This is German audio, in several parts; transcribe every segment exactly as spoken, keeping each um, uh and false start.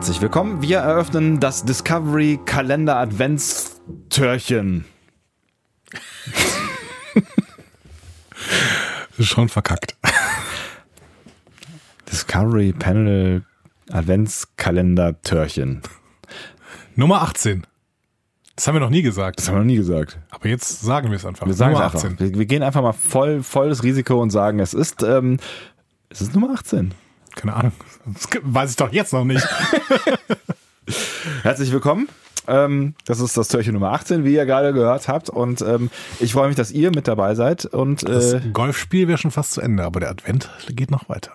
Herzlich willkommen. Wir eröffnen das Discovery Kalender Adventstörchen. Schon verkackt. Discovery Panel Adventskalender Törchen. Nummer achtzehn. Das haben wir noch nie gesagt. Das haben wir noch nie gesagt. Aber jetzt sagen wir es einfach. Wir sagen Nummer es einfach. achtzehn. Wir, wir gehen einfach mal voll volles Risiko und sagen, es ist, ähm, es ist Nummer achtzehn. Keine Ahnung. Das weiß ich doch jetzt noch nicht. Herzlich willkommen. Ähm, das ist das Törchen Nummer achtzehn, wie ihr gerade gehört habt. Und ähm, ich freue mich, dass ihr mit dabei seid. Und, äh, Das Golfspiel wäre schon fast zu Ende, aber der Advent geht noch weiter.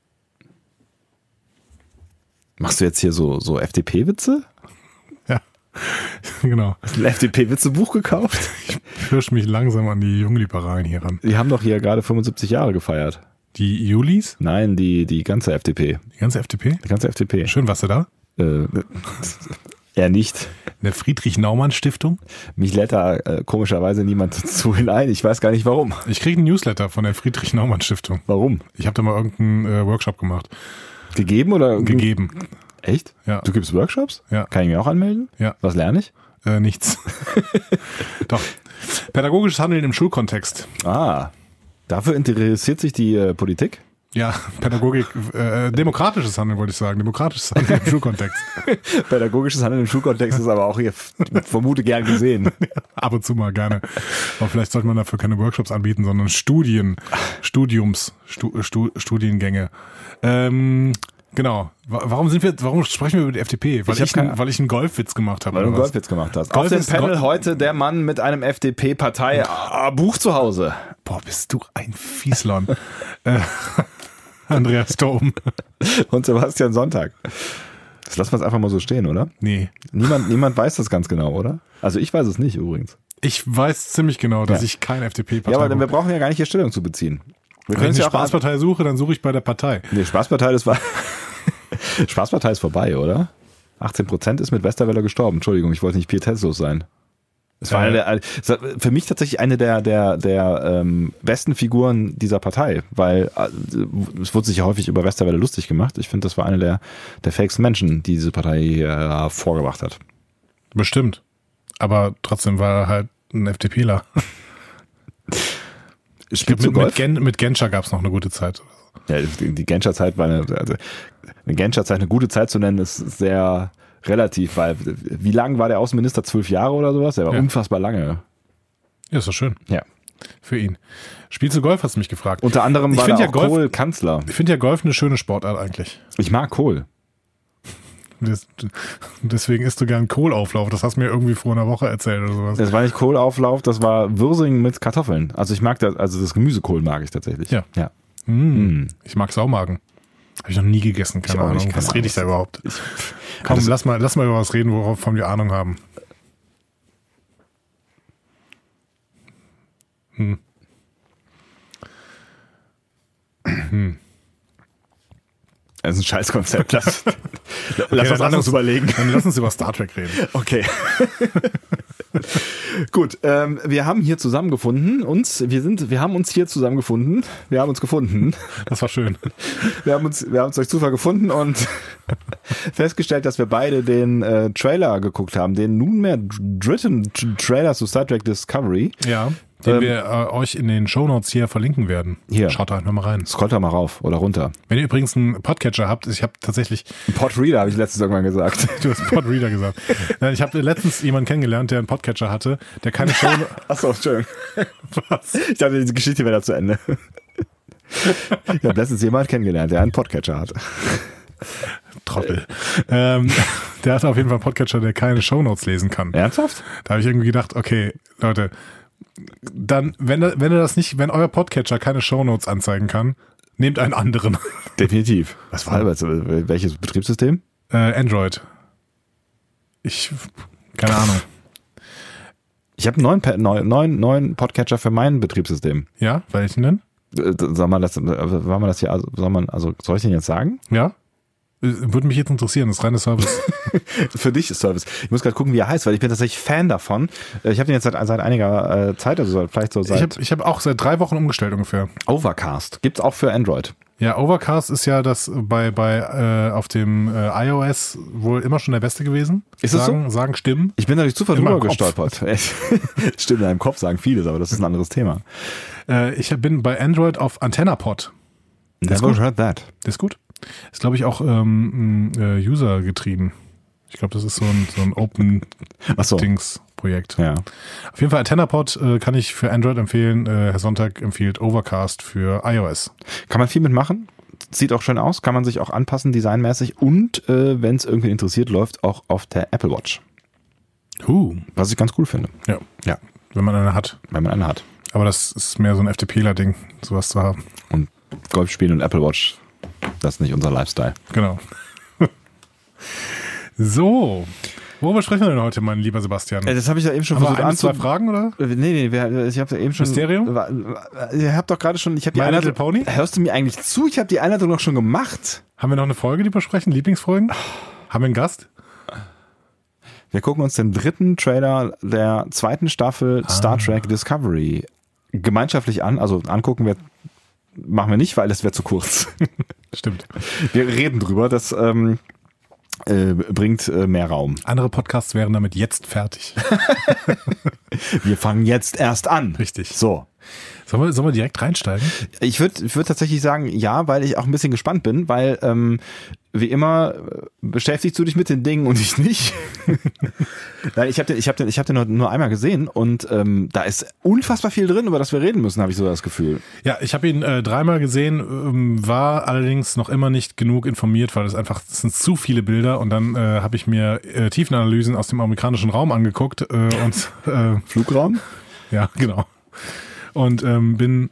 Machst du jetzt hier so, so F D P-Witze? Ja, genau. Hast du ein F D P-Witze-Buch gekauft? Ich pirsch mich langsam an die Jungliberalen hier ran. Die haben doch hier gerade fünfundsiebzig Jahre gefeiert. Die Julis? Nein, die, die ganze F D P. Die ganze F D P? Die ganze F D P. Schön, warst du da? Äh, eher nicht. In der Friedrich-Naumann-Stiftung? Mich lädt da äh, komischerweise niemand zu hinein. Ich weiß gar nicht warum. Ich kriege einen Newsletter von der Friedrich-Naumann-Stiftung. Warum? Ich habe da mal irgendeinen äh, Workshop gemacht. Gegeben oder? Gegeben. Echt? Ja. Du gibst Workshops? Ja. Kann ich mich auch anmelden? Ja. Was lerne ich? Äh, nichts. Doch. Pädagogisches Handeln im Schulkontext. Ah, dafür interessiert sich die äh, Politik? Ja, Pädagogik, äh, demokratisches Handeln wollte ich sagen, demokratisches Handeln im Schulkontext. Pädagogisches Handeln im Schulkontext ist aber auch hier vermute gern gesehen. Ab und zu mal gerne. Aber vielleicht sollte man dafür keine Workshops anbieten, sondern Studien, Studiums, Stu, Stu, Studiengänge. Ähm, genau. Warum sind wir, warum sprechen wir über die F D P? Weil ich, ich, ein, weil ich einen Golfwitz gemacht habe. Weil du einen Golfwitz gemacht hast. Golf Auf dem ist Panel Golf heute der Mann mit einem F D P-Partei-Buch zu Hause. Boah, bist du ein Fieslon. äh, Andreas Dom. Und Sebastian Sonntag. Das lassen wir jetzt einfach mal so stehen, oder? Nee. Niemand, niemand weiß das ganz genau, oder? Also ich weiß es nicht übrigens. Ich weiß ziemlich genau, dass ja. ich kein F D P-Partei Ja, aber wir brauchen ja gar nicht hier Stellung zu beziehen. Wir Wenn ich ja eine Spaßpartei suche, dann suche ich bei der Partei. Nee, Spaßpartei, das war... Spaßpartei ist vorbei, oder? achtzehn Prozent ist mit Westerwelle gestorben. Entschuldigung, ich wollte nicht pietätslos sein. Es war eine der, für mich tatsächlich eine der, der, der ähm, besten Figuren dieser Partei, weil äh, es wurde sich ja häufig über Westerwelle lustig gemacht. Ich finde, das war eine der, der fakeste Menschen, die diese Partei äh, vorgebracht hat. Bestimmt. Aber trotzdem war er halt ein FDPler. Ich glaub, mit, mit, Gen, mit Genscher gab es noch eine gute Zeit. Ja, die, die Genscher-Zeit war eine, also eine Genscher-Zeit, eine gute Zeit zu nennen, ist sehr relativ, weil wie lang war der Außenminister? Zwölf Jahre oder sowas? Der war ja. unfassbar lange. Ja, ist doch schön. Ja. Für ihn. Spielst du Golf, hast du mich gefragt. Unter anderem ich war da ja auch Golf, Kohl Kanzler. Ich finde ja Golf eine schöne Sportart eigentlich. Ich mag Kohl. Das, deswegen isst du gern Kohlauflauf. Das hast du mir irgendwie vor einer Woche erzählt oder sowas. Das war nicht Kohlauflauf, das war Würsing mit Kartoffeln. Also ich mag das, also das Gemüsekohl mag ich tatsächlich. Ja. ja. Mm. Mm. Ich mag Saumagen. Habe ich noch nie gegessen, keine Ahnung. Nicht, was rede ich da überhaupt? Ich, Komm, lass mal, lass mal über was reden, worauf wir Ahnung haben. Hm. Hm. Das ist ein Scheißkonzept. Lass, okay, lass was anderes überlegen. Dann lass uns über Star Trek reden. Okay. Gut, ähm, wir haben hier zusammengefunden, uns, wir sind, wir haben uns hier zusammengefunden, wir haben uns gefunden. Das war schön. Wir haben uns, wir haben uns durch Zufall gefunden und festgestellt, dass wir beide den äh, Trailer geguckt haben, den nunmehr dritten Trailer zu Star Trek Discovery. Ja. Den ähm, wir äh, euch in den Shownotes hier verlinken werden. Hier. Schaut da einfach mal rein. Scrollt da mal rauf oder runter. Wenn ihr übrigens einen Podcatcher habt, ich habe tatsächlich... Ein Podreader habe ich letztens irgendwann gesagt. Du hast Podreader gesagt. Ich habe letztens jemanden kennengelernt, der einen Podcatcher hatte, der keine Show... Achso, Entschuldigung. Was? Ich dachte, die Geschichte wäre da zu Ende. Ich habe letztens jemanden kennengelernt, der einen Podcatcher hat. Trottel. ähm, der hatte auf jeden Fall einen Podcatcher, der keine Shownotes lesen kann. Ernsthaft? Da habe ich irgendwie gedacht, okay, Leute... Dann, wenn, wenn ihr das nicht, wenn euer Podcatcher keine Shownotes anzeigen kann, nehmt einen anderen. Definitiv. Was war das? Welches Betriebssystem? Äh, Android. Ich, keine Ahnung. Ich habe einen neuen, neuen, neuen, neuen Podcatcher für mein Betriebssystem. Ja, welchen denn? Soll man das, soll man das hier, also, soll man, also soll ich den jetzt sagen? Ja. Würde mich jetzt interessieren, das ist reine Service. Für dich ist Service. Ich muss gerade gucken, wie er heißt, weil ich bin tatsächlich Fan davon. Ich habe den jetzt seit, seit einiger äh, Zeit, also vielleicht so seit... Ich habe ich hab auch seit drei Wochen umgestellt ungefähr. Overcast. Gibt's auch für Android. Ja, Overcast ist ja das bei, bei äh, auf dem äh, iOS wohl immer schon der Beste gewesen. Ist es sagen, so? Sagen Stimmen. Ich bin da durch Zufall In drüber meinem Kopf. gestolpert. Stimmt, in einem Kopf sagen vieles, aber das ist ein anderes Thema. Äh, ich bin bei Android auf AntennaPod. Never heard that. Das ist gut. Ist, glaube ich, auch ähm, äh, User getrieben. Ich glaube, das ist so ein, so ein Open-Dings-Projekt. So. Ja. Auf jeden Fall AntennaPod äh, kann ich für Android empfehlen. Äh, Herr Sonntag empfiehlt Overcast für iOS. Kann man viel mitmachen. Sieht auch schön aus. Kann man sich auch anpassen, designmäßig. Und äh, wenn es irgendwie interessiert, läuft auch auf der Apple Watch. Uh. Was ich ganz cool finde. Ja. Ja. Wenn man eine hat. Wenn man eine hat. Aber das ist mehr so ein FDPler-Ding, sowas zu haben. Und Golf spielen und Apple Watch, das ist nicht unser Lifestyle. Genau. So, worüber sprechen wir denn heute, mein lieber Sebastian? Das habe ich ja eben schon Aber versucht ein, zwei anzu... Fragen, oder? Nee, nee, wir- ich habe ja eben schon... Mysterium? Ihr habt doch gerade schon... Ich habe die My Little Einleitung... Pony? Hörst du mir eigentlich zu? Ich habe die Einleitung noch schon gemacht. Haben wir noch eine Folge, die wir sprechen? Lieblingsfolgen? Haben wir einen Gast? Wir gucken uns den dritten Trailer der zweiten Staffel Ah. Star Trek Discovery gemeinschaftlich an. Also angucken wir... Machen wir nicht, weil es wäre zu kurz. Stimmt. Wir reden drüber, das ähm, äh, bringt äh, mehr Raum. Andere Podcasts wären damit jetzt fertig. Wir fangen jetzt erst an. Richtig. So. Sollen wir, sollen wir direkt reinsteigen? Ich würde ich würd tatsächlich sagen, ja, weil ich auch ein bisschen gespannt bin, weil ähm, wie immer äh, beschäftigst du dich mit den Dingen und ich nicht. Nein, ich habe den, ich hab den, ich hab den nur, nur einmal gesehen und ähm, da ist unfassbar viel drin, über das wir reden müssen, habe ich so das Gefühl. Ja, ich habe ihn äh, dreimal gesehen, ähm, war allerdings noch immer nicht genug informiert, weil es einfach, es sind zu viele Bilder und dann äh, habe ich mir äh, Tiefenanalysen aus dem amerikanischen Raum angeguckt äh, und äh, Flugraum? ja, genau. Und ähm, bin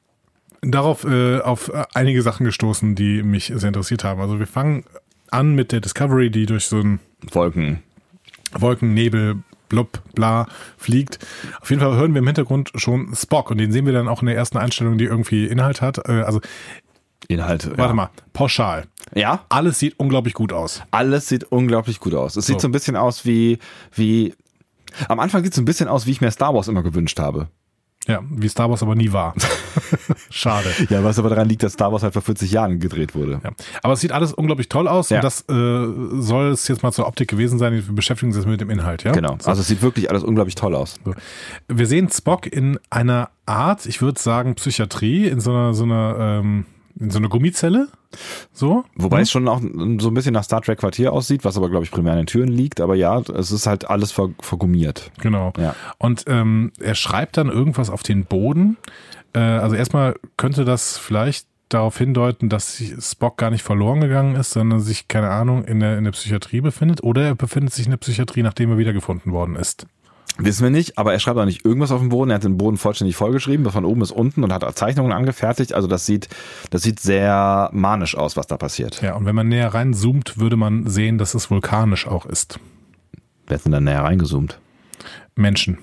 darauf äh, auf einige Sachen gestoßen, die mich sehr interessiert haben. Also wir fangen an mit der Discovery, die durch so einen Wolken. Wolken, Nebel, blub, bla fliegt. Auf jeden Fall hören wir im Hintergrund schon Spock und den sehen wir dann auch in der ersten Einstellung, die irgendwie Inhalt hat. Äh, also Inhalt. warte ja. mal, pauschal. Ja? Alles sieht unglaublich gut aus. Alles sieht unglaublich gut aus. Es So. sieht so ein bisschen aus wie, wie, am Anfang sieht es so ein bisschen aus, wie ich mir Star Wars immer gewünscht habe. Ja, wie Star Wars aber nie war. Schade. Ja, was aber daran liegt, dass Star Wars halt vor vierzig Jahren gedreht wurde. Ja. Aber es sieht alles unglaublich toll aus Ja. und das äh, soll es jetzt mal zur Optik gewesen sein. Wir beschäftigen uns jetzt mit dem Inhalt, ja? Genau. So. Also es sieht wirklich alles unglaublich toll aus. So. Wir sehen Spock in einer Art, ich würde sagen Psychiatrie, in so einer, so einer, ähm, in so einer Gummizelle. So. Wobei Hm? es schon auch so ein bisschen nach Star Trek Quartier aussieht, was aber, glaube ich, primär an den Türen liegt. Aber ja, es ist halt alles ver vergummiert. Genau. Ja. Und ähm, er schreibt dann irgendwas auf den Boden. Äh, also erstmal könnte das vielleicht darauf hindeuten, dass Spock gar nicht verloren gegangen ist, sondern sich, keine Ahnung, in der, in der Psychiatrie befindet. Oder er befindet sich in der Psychiatrie, nachdem er wiedergefunden worden ist. Wissen wir nicht, aber er schreibt auch nicht irgendwas auf dem Boden. Er hat den Boden vollständig vollgeschrieben, von oben bis unten und hat Zeichnungen angefertigt. Also das sieht, das sieht sehr manisch aus, was da passiert. Ja, und wenn man näher reinzoomt, würde man sehen, dass es vulkanisch auch ist. Wer ist denn da näher reingezoomt? Menschen,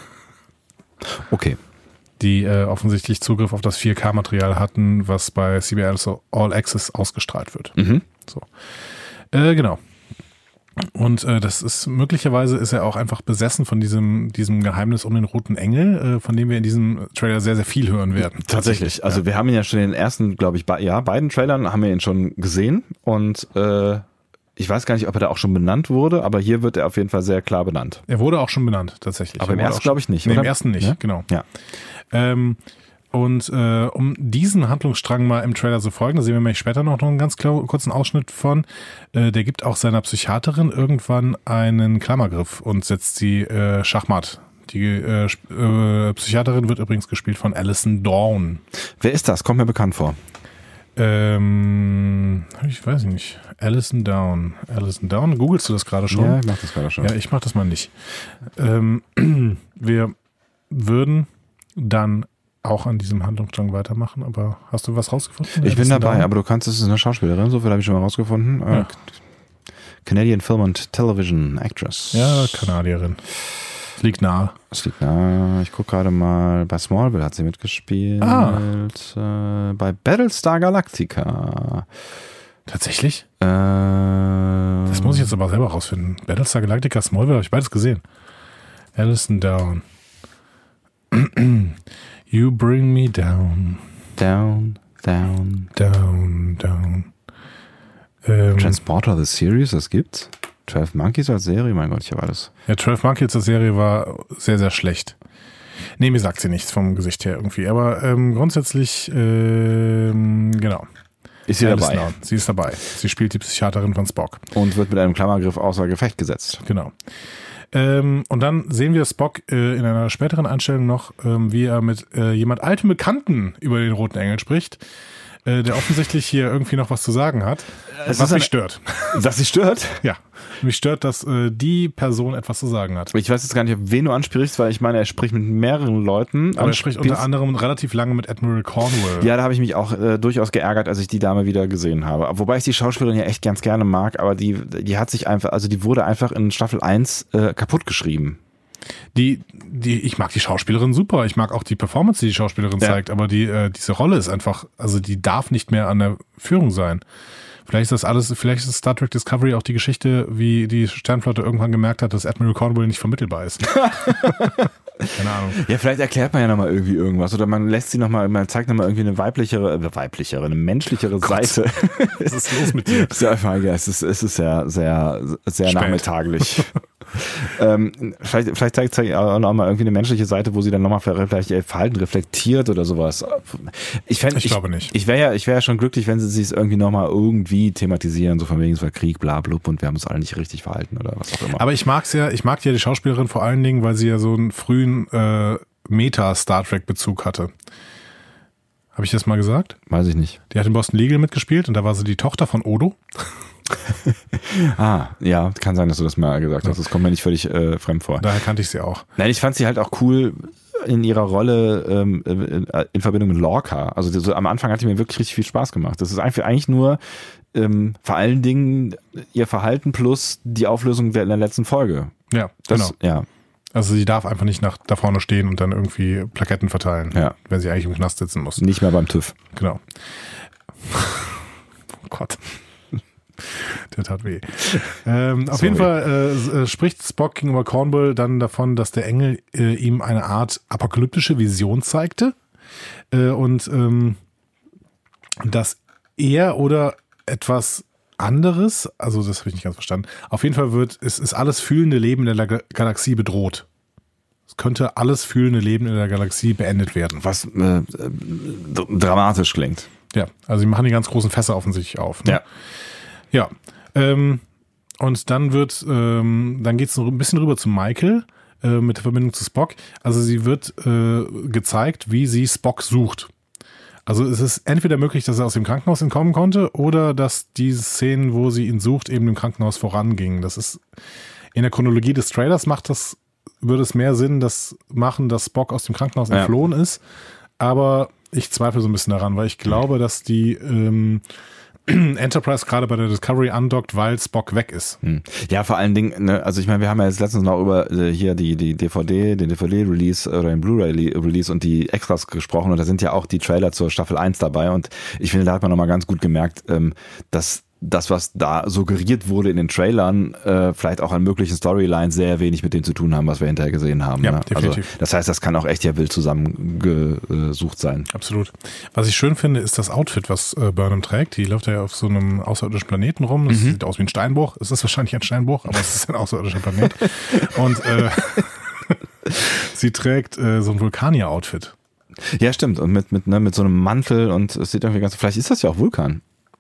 Okay. die äh, offensichtlich Zugriff auf das vier K Material hatten, was bei C B S All Access ausgestrahlt wird. Mhm. So. Äh, genau. Und äh, das ist, möglicherweise ist er auch einfach besessen von diesem, diesem Geheimnis um den roten Engel, äh, von dem wir in diesem Trailer sehr, sehr viel hören werden. Tatsächlich. Also Ja. wir haben ihn ja schon in den ersten, glaube ich, be ja, beiden Trailern haben wir ihn schon gesehen und äh, ich weiß gar nicht, ob er da auch schon benannt wurde, aber hier wird er auf jeden Fall sehr klar benannt. Er wurde auch schon benannt, tatsächlich. Aber im Er wurde ersten auch schon- glaube ich nicht, Nee, oder? im ersten nicht, Ja? genau. Ja. Ähm, und äh, um diesen Handlungsstrang mal im Trailer zu folgen, da sehen wir nämlich später noch einen ganz klar, kurzen Ausschnitt von, äh, der gibt auch seiner Psychiaterin irgendwann einen Klammergriff und setzt sie äh, Schachmatt. Die äh, Sp- äh, Psychiaterin wird übrigens gespielt von Alison Dawn. Wer ist das? Kommt mir bekannt vor. Ähm, ich weiß nicht. Alison Dawn. Alison Dawn, googelst du das gerade schon? Ja, ich mach das gerade schon. Ja, ich mach das mal nicht. Ähm, wir würden dann auch an diesem Handlungsstrang weitermachen, aber hast du was rausgefunden? Ich bin Alison dabei, Dawn? aber du kannst, es ist eine Schauspielerin, so viel habe ich schon mal rausgefunden. Ja. Äh, Canadian Film and Television Actress. Ja, Kanadierin. Das liegt nahe. Das liegt nahe. Ich gucke gerade mal, bei Smallville hat sie mitgespielt. Ah. Äh, bei Battlestar Galactica. Tatsächlich? Äh, Das muss ich jetzt aber selber rausfinden. Battlestar Galactica, Smallville, habe ich beides gesehen. Allison Down. You bring me down. Down, down. Down, down. Ähm, Transporter the Series, das gibt's? zwölf Monkeys als Serie, mein Gott, ich habe alles. ja, zwölf Monkeys als Serie war sehr, sehr schlecht. Nee, mir sagt sie nichts vom Gesicht her irgendwie. Aber ähm, grundsätzlich, ähm, genau. Ist sie Allison dabei? Down. Sie ist dabei. Sie spielt die Psychiaterin von Spock. Und wird mit einem Klammergriff außer Gefecht gesetzt. Genau. Ähm, und dann sehen wir Spock äh, in einer späteren Einstellung noch, ähm, wie er mit äh, jemand altem Bekannten über den Roten Engel spricht, äh, der offensichtlich hier irgendwie noch was zu sagen hat, Es was ist mich eine- stört. Dass sie stört? Ja, mich stört, dass äh, die Person etwas zu sagen hat. Ich weiß jetzt gar nicht, wen du ansprichst, weil ich meine, er spricht mit mehreren Leuten. Aber er spricht unter anderem relativ lange mit Admiral Cornwall. Ja, da habe ich mich auch äh, durchaus geärgert, als ich die Dame wieder gesehen habe. Wobei ich die Schauspielerin ja echt ganz gerne mag, aber die, die hat sich einfach, also die wurde einfach in Staffel eins äh, kaputt geschrieben. Die, die, ich mag die Schauspielerin super. Ich mag auch die Performance, die die Schauspielerin Ja. zeigt. Aber die, äh, diese Rolle ist einfach, also die darf nicht mehr an der Führung sein. Vielleicht ist das alles, vielleicht ist Star Trek Discovery auch die Geschichte, wie die Sternflotte irgendwann gemerkt hat, dass Admiral Cornwall nicht vermittelbar ist. Keine Ahnung. Ja, vielleicht erklärt man ja nochmal irgendwie irgendwas oder man lässt sie nochmal, man zeigt nochmal irgendwie eine weiblichere, äh, weiblichere, eine menschlichere Seite. Was ist los mit dir? Ist ja einfach, ja, es ist, es ist sehr, sehr, sehr Spät. nachmittaglich. ähm, vielleicht, vielleicht zeigt es auch nochmal irgendwie eine menschliche Seite, wo sie dann nochmal vielleicht ihr Verhalten reflektiert oder sowas. Ich, fänd, Ich glaube nicht. Ich wäre ja, ich wäre ja schon glücklich, wenn sie sich irgendwie nochmal irgendwie thematisieren, so von wegen, es war Krieg, bla, blub und wir haben uns alle nicht richtig verhalten oder was auch immer. Aber ich mag's ja, ich mag ja die Schauspielerin vor allen Dingen, weil sie ja so einen frühen äh, Meta-Star Trek-Bezug hatte. Habe ich das mal gesagt? Weiß ich nicht. Die hat in Boston Legal mitgespielt und da war sie die Tochter von Odo. Ah, ja, kann sein, dass du das mal gesagt hast. Das kommt mir nicht völlig äh, fremd vor. Daher kannte ich sie auch. Nein, ich fand sie halt auch cool in ihrer Rolle ähm, in, in Verbindung mit Lorca. Also so, am Anfang hat die mir wirklich richtig viel Spaß gemacht. Das ist einfach eigentlich nur ähm, vor allen Dingen ihr Verhalten plus die Auflösung der, in der letzten Folge. Ja, Das, genau. Ja, Also sie darf einfach nicht nach, da vorne stehen und dann irgendwie Plaketten verteilen, Ja. wenn sie eigentlich im Knast sitzen muss. nicht mehr beim TÜV. Genau. Oh Gott. Der tat weh. Ähm, auf Sorry. jeden Fall äh, spricht Spock gegenüber Cornwall dann davon, dass der Engel äh, ihm eine Art apokalyptische Vision zeigte äh, und ähm, dass er oder etwas anderes, also das habe ich nicht ganz verstanden, auf jeden Fall wird, es ist alles fühlende Leben in der Ga- Galaxie bedroht. Es könnte alles fühlende Leben in der Galaxie beendet werden. Was äh, äh, dramatisch klingt. Ja, also sie machen die ganz großen Fässer offensichtlich auf. Ne? Ja. Ja. Ähm, und dann wird, ähm, dann geht es ein bisschen rüber zu Michael äh, mit der Verbindung zu Spock. Also sie wird äh, gezeigt, wie sie Spock sucht. Also es ist entweder möglich, dass er aus dem Krankenhaus entkommen konnte oder dass die Szenen, wo sie ihn sucht, eben im Krankenhaus vorangingen. Das ist in der Chronologie des Trailers macht das, würde es mehr Sinn, das machen, dass Spock aus dem Krankenhaus Ja. entflohen ist. Aber ich zweifle so ein bisschen daran, weil ich glaube, dass die ähm, Enterprise gerade bei der Discovery andockt, weil Spock weg ist. Hm. Ja, vor allen Dingen, ne, also ich meine, wir haben ja jetzt letztens noch über äh, hier die, die D V D, den D V D-Release oder den Blu-ray-Release und die Extras gesprochen und da sind ja auch die Trailer zur Staffel eins dabei und ich finde, da hat man nochmal ganz gut gemerkt, ähm, dass das, was da suggeriert wurde in den Trailern, äh, vielleicht auch an möglichen Storylines sehr wenig mit dem zu tun haben, was wir hinterher gesehen haben. Ja, ne? definitiv. Also, das heißt, das kann auch echt ja wild zusammengesucht sein. Absolut. Was ich schön finde, ist das Outfit, was äh, Burnham trägt. Die läuft ja auf so einem außerirdischen Planeten rum. Das Mhm. sieht aus wie ein Steinbruch. Es ist wahrscheinlich ein Steinbruch, aber es ist ein außerirdischer Planet. Und äh, sie trägt äh, so ein Vulkanier-Outfit. Ja, stimmt. Und mit, mit, ne, mit so einem Mantel und es sieht irgendwie ganz, vielleicht ist das ja auch Vulkan.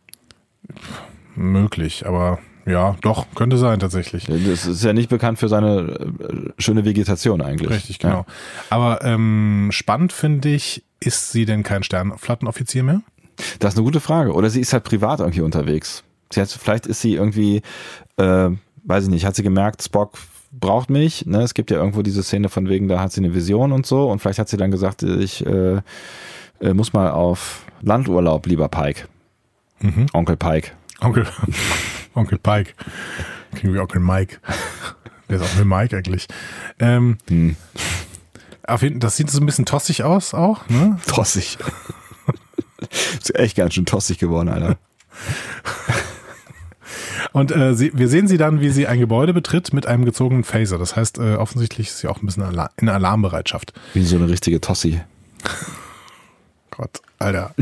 Möglich, aber ja, doch, könnte sein tatsächlich. Das ist ja nicht bekannt für seine äh, schöne Vegetation eigentlich. Richtig, genau. Ja. Aber ähm, spannend finde ich, ist sie denn kein Sternflottenoffizier mehr? Das ist eine gute Frage. Oder sie ist halt privat irgendwie unterwegs. Sie hat, vielleicht ist sie irgendwie, äh, weiß ich nicht, hat sie gemerkt, Spock braucht mich. Ne? Es gibt ja irgendwo diese Szene von wegen, da hat sie eine Vision und so. Und vielleicht hat sie dann gesagt, ich äh, äh, muss mal auf Landurlaub, lieber Pike. Mhm. Onkel Pike. Onkel, Onkel Pike. Klingt wie Onkel Mike. Wer ist Onkel Mike eigentlich? Ähm, Hm. auf jeden, das sieht so ein bisschen tossig aus auch, ne? Tossig. Ist echt ganz schön tossig geworden, Alter. Und äh, sie, wir sehen sie dann, wie sie ein Gebäude betritt mit einem gezogenen Phaser. Das heißt, äh, offensichtlich ist sie auch ein bisschen Alar- in Alarmbereitschaft. Wie so eine richtige Tossi. Gott, Alter.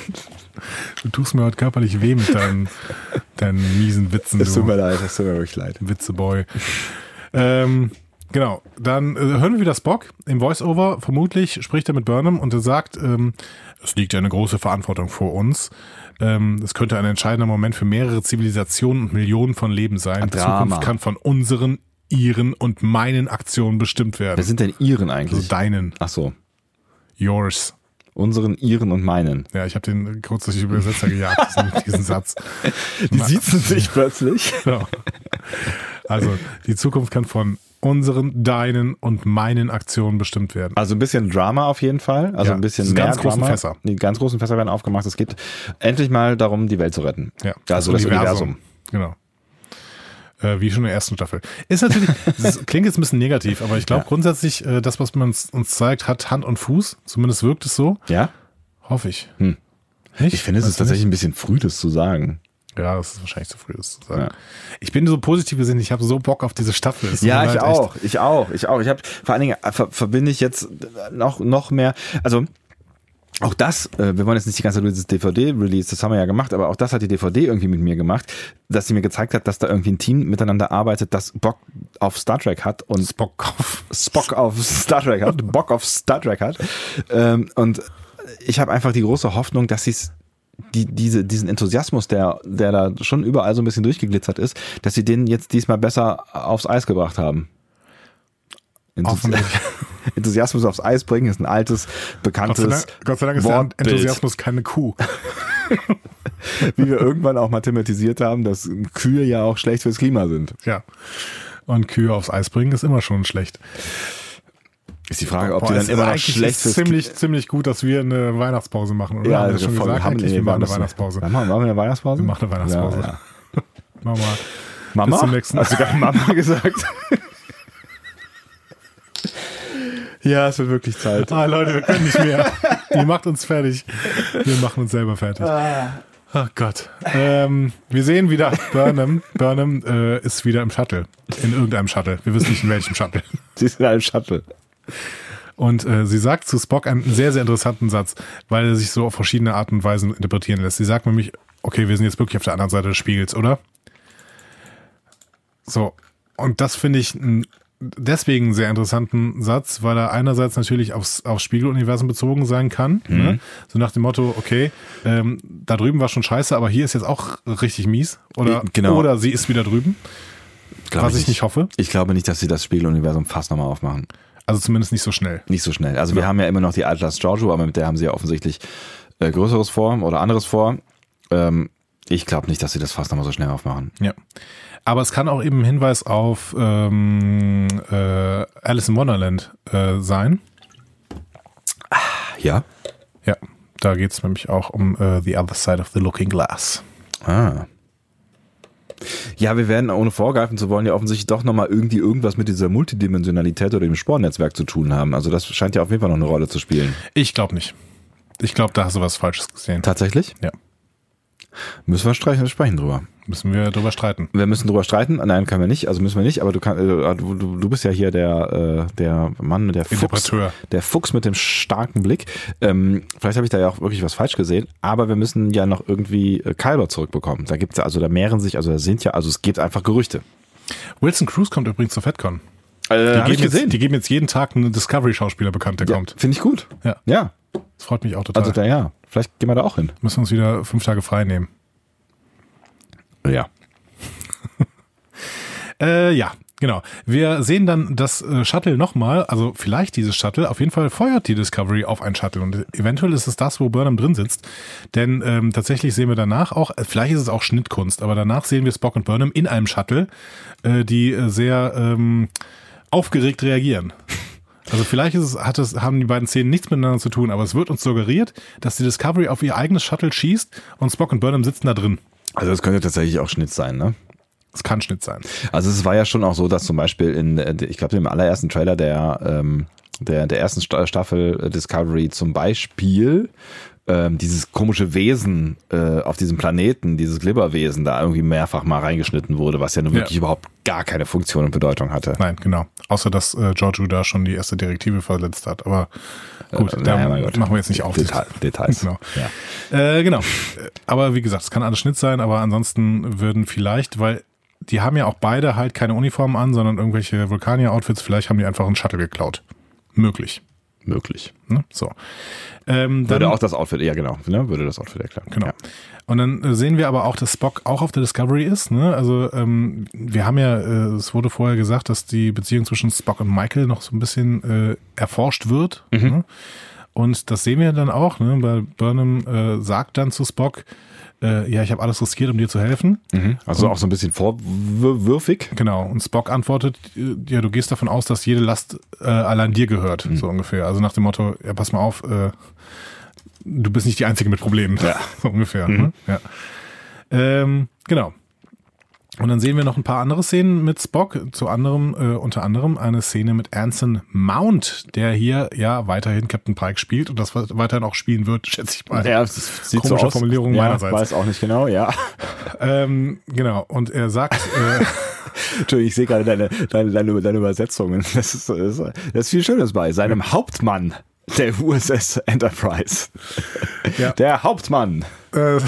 Du tust mir heute körperlich weh mit deinen, deinen miesen Witzen. Es tut du mir leid, es tut mir wirklich leid. Witzeboy. ähm, genau, dann äh, hören wir wieder Spock im Voice-Over. Vermutlich spricht er mit Burnham und er sagt, ähm, es liegt ja eine große Verantwortung vor uns. Ähm, es könnte ein entscheidender Moment für mehrere Zivilisationen und Millionen von Leben sein. Die Drama. Zukunft kann von unseren, ihren und meinen Aktionen bestimmt werden. Wer sind denn Iren Also eigentlich? deinen, Ach so. yours. Unseren, Iren und meinen. Ja, ich habe den kurz durch die Übersetzer gejagt, diesen, diesen Satz. Die siezen sich plötzlich. Genau. Also, die Zukunft kann von unseren, deinen und meinen Aktionen bestimmt werden. Also ein bisschen Drama auf jeden Fall. Also Ja, ein bisschen diese mehr ganz großen Drama. Fässer. Die ganz großen Fässer werden aufgemacht. Es geht endlich mal darum, die Welt zu retten. Ja, Also das Universum. Genau. Äh, wie schon in der ersten Staffel. Ist natürlich, das klingt jetzt ein bisschen negativ, aber ich glaube Ja. grundsätzlich, äh, das, was man uns, uns zeigt, hat Hand und Fuß. Zumindest wirkt es so. Ja? Hoffe ich. Hm. Nicht? Ich finde, es Weißt ist du tatsächlich ein bisschen früh, das zu sagen. nicht? Ja, das ist wahrscheinlich zu früh, das zu sagen. Ja. Ich bin so positiv gesehen, ich habe so Bock auf diese Staffel. Es tut Ja, mir ich leid, auch, ich auch, ich auch. Ich habe vor allen Dingen äh, ver verbinde ich jetzt noch noch mehr. Also auch das, äh, wir wollen jetzt nicht die ganze Zeit über dieses D V D-Release, das haben wir ja gemacht, aber auch das hat die D V D irgendwie mit mir gemacht, dass sie mir gezeigt hat, dass da irgendwie ein Team miteinander arbeitet, das Bock auf Star Trek hat und Spock auf. Spock auf Star Trek hat, Bock auf Star Trek hat. Ähm, und ich habe einfach die große Hoffnung, dass sie es die, diese, diesen Enthusiasmus, der, der da schon überall so ein bisschen durchgeglitzert ist, dass sie den jetzt diesmal besser aufs Eis gebracht haben. Enthusi Enthusiasmus aufs Eis bringen ist ein altes, bekanntes Gott sei Dank, Gott sei Dank ist der Wortbild. Enthusiasmus keine Kuh. Wie wir irgendwann auch mal thematisiert haben, dass Kühe ja auch schlecht fürs Klima sind. Ja. Und Kühe aufs Eis bringen ist immer schon schlecht. Ist die Frage, ob Boah, die dann es immer ist noch eigentlich schlecht fürs ziemlich, ziemlich gut, dass wir eine Weihnachtspause machen, oder? Ja, haben wir also schon voll, gesagt, haben, eigentlich? nee, Wir machen eine das- Weihnachtspause. Machen wir machen wir eine Weihnachtspause? Wir machen eine Weihnachtspause. Ja, ja. Mama. Mama? Bis zum nächsten Hast du gerade Mama gesagt? Ja, es wird wirklich Zeit. Ah, Leute, wir können nicht mehr. Ihr macht uns fertig. Wir machen uns selber fertig. Ach Gott. Ähm, wir sehen wieder Burnham. Burnham äh, ist wieder im Shuttle. In irgendeinem Shuttle. Wir wissen nicht, in welchem Shuttle. Sie ist in einem Shuttle. Und äh, sie sagt zu Spock einen sehr, sehr interessanten Satz, weil er sich so auf verschiedene Arten und Weisen interpretieren lässt. Sie sagt nämlich, okay, wir sind jetzt wirklich auf der anderen Seite des Spiegels, oder? So. Und das finde ich einen deswegen einen sehr interessanten Satz, weil er einerseits natürlich aufs, aufs Spiegeluniversum bezogen sein kann. Mhm. Ne? So nach dem Motto, okay, ähm, da drüben war schon scheiße, aber hier ist jetzt auch richtig mies. Oder, Genau. oder sie ist wieder drüben, Glaub was ich nicht hoffe. Ich glaube nicht, dass sie das Spiegeluniversum fast nochmal aufmachen. Also zumindest nicht so schnell. Nicht so schnell. Also wir haben ja immer noch die Atlas Giorgio, aber mit der haben sie ja offensichtlich äh, Größeres vor oder anderes vor. Ähm, ich glaube nicht, dass sie das fast nochmal so schnell aufmachen. Ja. Aber es kann auch eben ein Hinweis auf ähm, äh, Alice in Wonderland äh, sein. Ja? Ja, da geht es nämlich auch um äh, The Other Side of the Looking Glass. Ah. Ja, wir werden, ohne vorgreifen zu wollen, ja offensichtlich doch nochmal irgendwie irgendwas mit dieser Multidimensionalität oder dem Spornetzwerk zu tun haben. Also das scheint ja auf jeden Fall noch eine Rolle zu spielen. Ich glaube nicht. Ich glaube, da hast du was Falsches gesehen. Tatsächlich? Ja. Müssen wir sprechen, sprechen drüber. Müssen wir drüber streiten. Wir müssen drüber streiten. Nein, können wir nicht. Also müssen wir nicht. Aber du kannst, äh, du, du, du bist ja hier der, äh, der Mann, der Fuchs, Interpreteur. der Fuchs mit dem starken Blick. Ähm, vielleicht habe ich da ja auch wirklich was falsch gesehen. Aber wir müssen ja noch irgendwie äh, Kyber zurückbekommen. Da gibt's ja, also da mehren sich, also da sind ja, also es gibt einfach Gerüchte. Wilson Cruz kommt übrigens zur FedCon. Äh, Die hab ich geben, gesehen. jetzt, die geben jetzt jeden Tag einen Discovery-Schauspieler bekannt, der Ja, kommt. finde ich gut. Ja. Ja. Das freut mich auch total. Also da, ja. Vielleicht gehen wir da auch hin. Müssen wir uns wieder fünf Tage frei nehmen. Ja. Äh, ja, genau. Wir sehen dann das äh, Shuttle nochmal, also vielleicht dieses Shuttle, auf jeden Fall feuert die Discovery auf ein Shuttle und eventuell ist es das, wo Burnham drin sitzt, denn ähm, tatsächlich sehen wir danach auch, äh, vielleicht ist es auch Schnittkunst, aber danach sehen wir Spock und Burnham in einem Shuttle, äh, die äh, sehr ähm, aufgeregt reagieren. Also vielleicht ist es, hat es, haben die beiden Szenen nichts miteinander zu tun, aber es wird uns suggeriert, dass die Discovery auf ihr eigenes Shuttle schießt und Spock und Burnham sitzen da drin. Also das könnte tatsächlich auch Schnitt sein, ne? Es kann Schnitt sein. Also es war ja schon auch so, dass zum Beispiel in, ich glaube im allerersten Trailer der ähm, der, der ersten Staffel Discovery zum Beispiel ähm, dieses komische Wesen äh, auf diesem Planeten, dieses Glibberwesen da irgendwie mehrfach mal reingeschnitten wurde, was ja nun wirklich ja. überhaupt gar keine Funktion und Bedeutung hatte. Nein, genau. Außer, dass äh, Giorgio da schon die erste Direktive verletzt hat. Aber gut, äh, da naja, machen wir jetzt nicht auf. Detail, Details. Genau. Ja. Äh, genau. Aber wie gesagt, es kann alles Schnitt sein, aber ansonsten würden vielleicht, weil die haben ja auch beide halt keine Uniformen an, sondern irgendwelche Vulkanier-Outfits, vielleicht haben die einfach einen Shuttle geklaut. Möglich. Möglich. Ne? So. Ähm, dann, würde auch das Outfit, ja genau, ne? würde das Outfit erklären. Genau. Ja. Und dann äh, sehen wir aber auch, dass Spock auch auf der Discovery ist. Ne? Also ähm, wir haben ja, äh, es wurde vorher gesagt, dass die Beziehung zwischen Spock und Michael noch so ein bisschen äh, erforscht wird. Mhm. Ne? Und das sehen wir dann auch, ne? Weil Burnham äh, sagt dann zu Spock, äh, ja, ich habe alles riskiert, um dir zu helfen. Mhm. Also und, auch so ein bisschen vorwürfig. Genau. Und Spock antwortet, ja, du gehst davon aus, dass jede Last äh, allein dir gehört, mhm. so ungefähr. Also nach dem Motto, ja, pass mal auf, äh, du bist nicht die Einzige mit Problemen. Ja. So ungefähr. Mhm. Ne? Ja. Ähm, genau. Und dann sehen wir noch ein paar andere Szenen mit Spock, zu anderem, äh, unter anderem eine Szene mit Anson Mount, der hier ja weiterhin Captain Pike spielt und das weiterhin auch spielen wird, schätze ich mal. Ja, das sieht Komische so aus. Formulierung ja, meinerseits. Weiß auch nicht genau, ja. ähm, genau, und er sagt... Äh, Entschuldigung, ich sehe gerade deine, deine, deine, deine Übersetzungen. Das ist, das, ist, das ist viel Schönes bei. Seinem Hauptmann der U S S Enterprise. Ja. Der Hauptmann. Äh,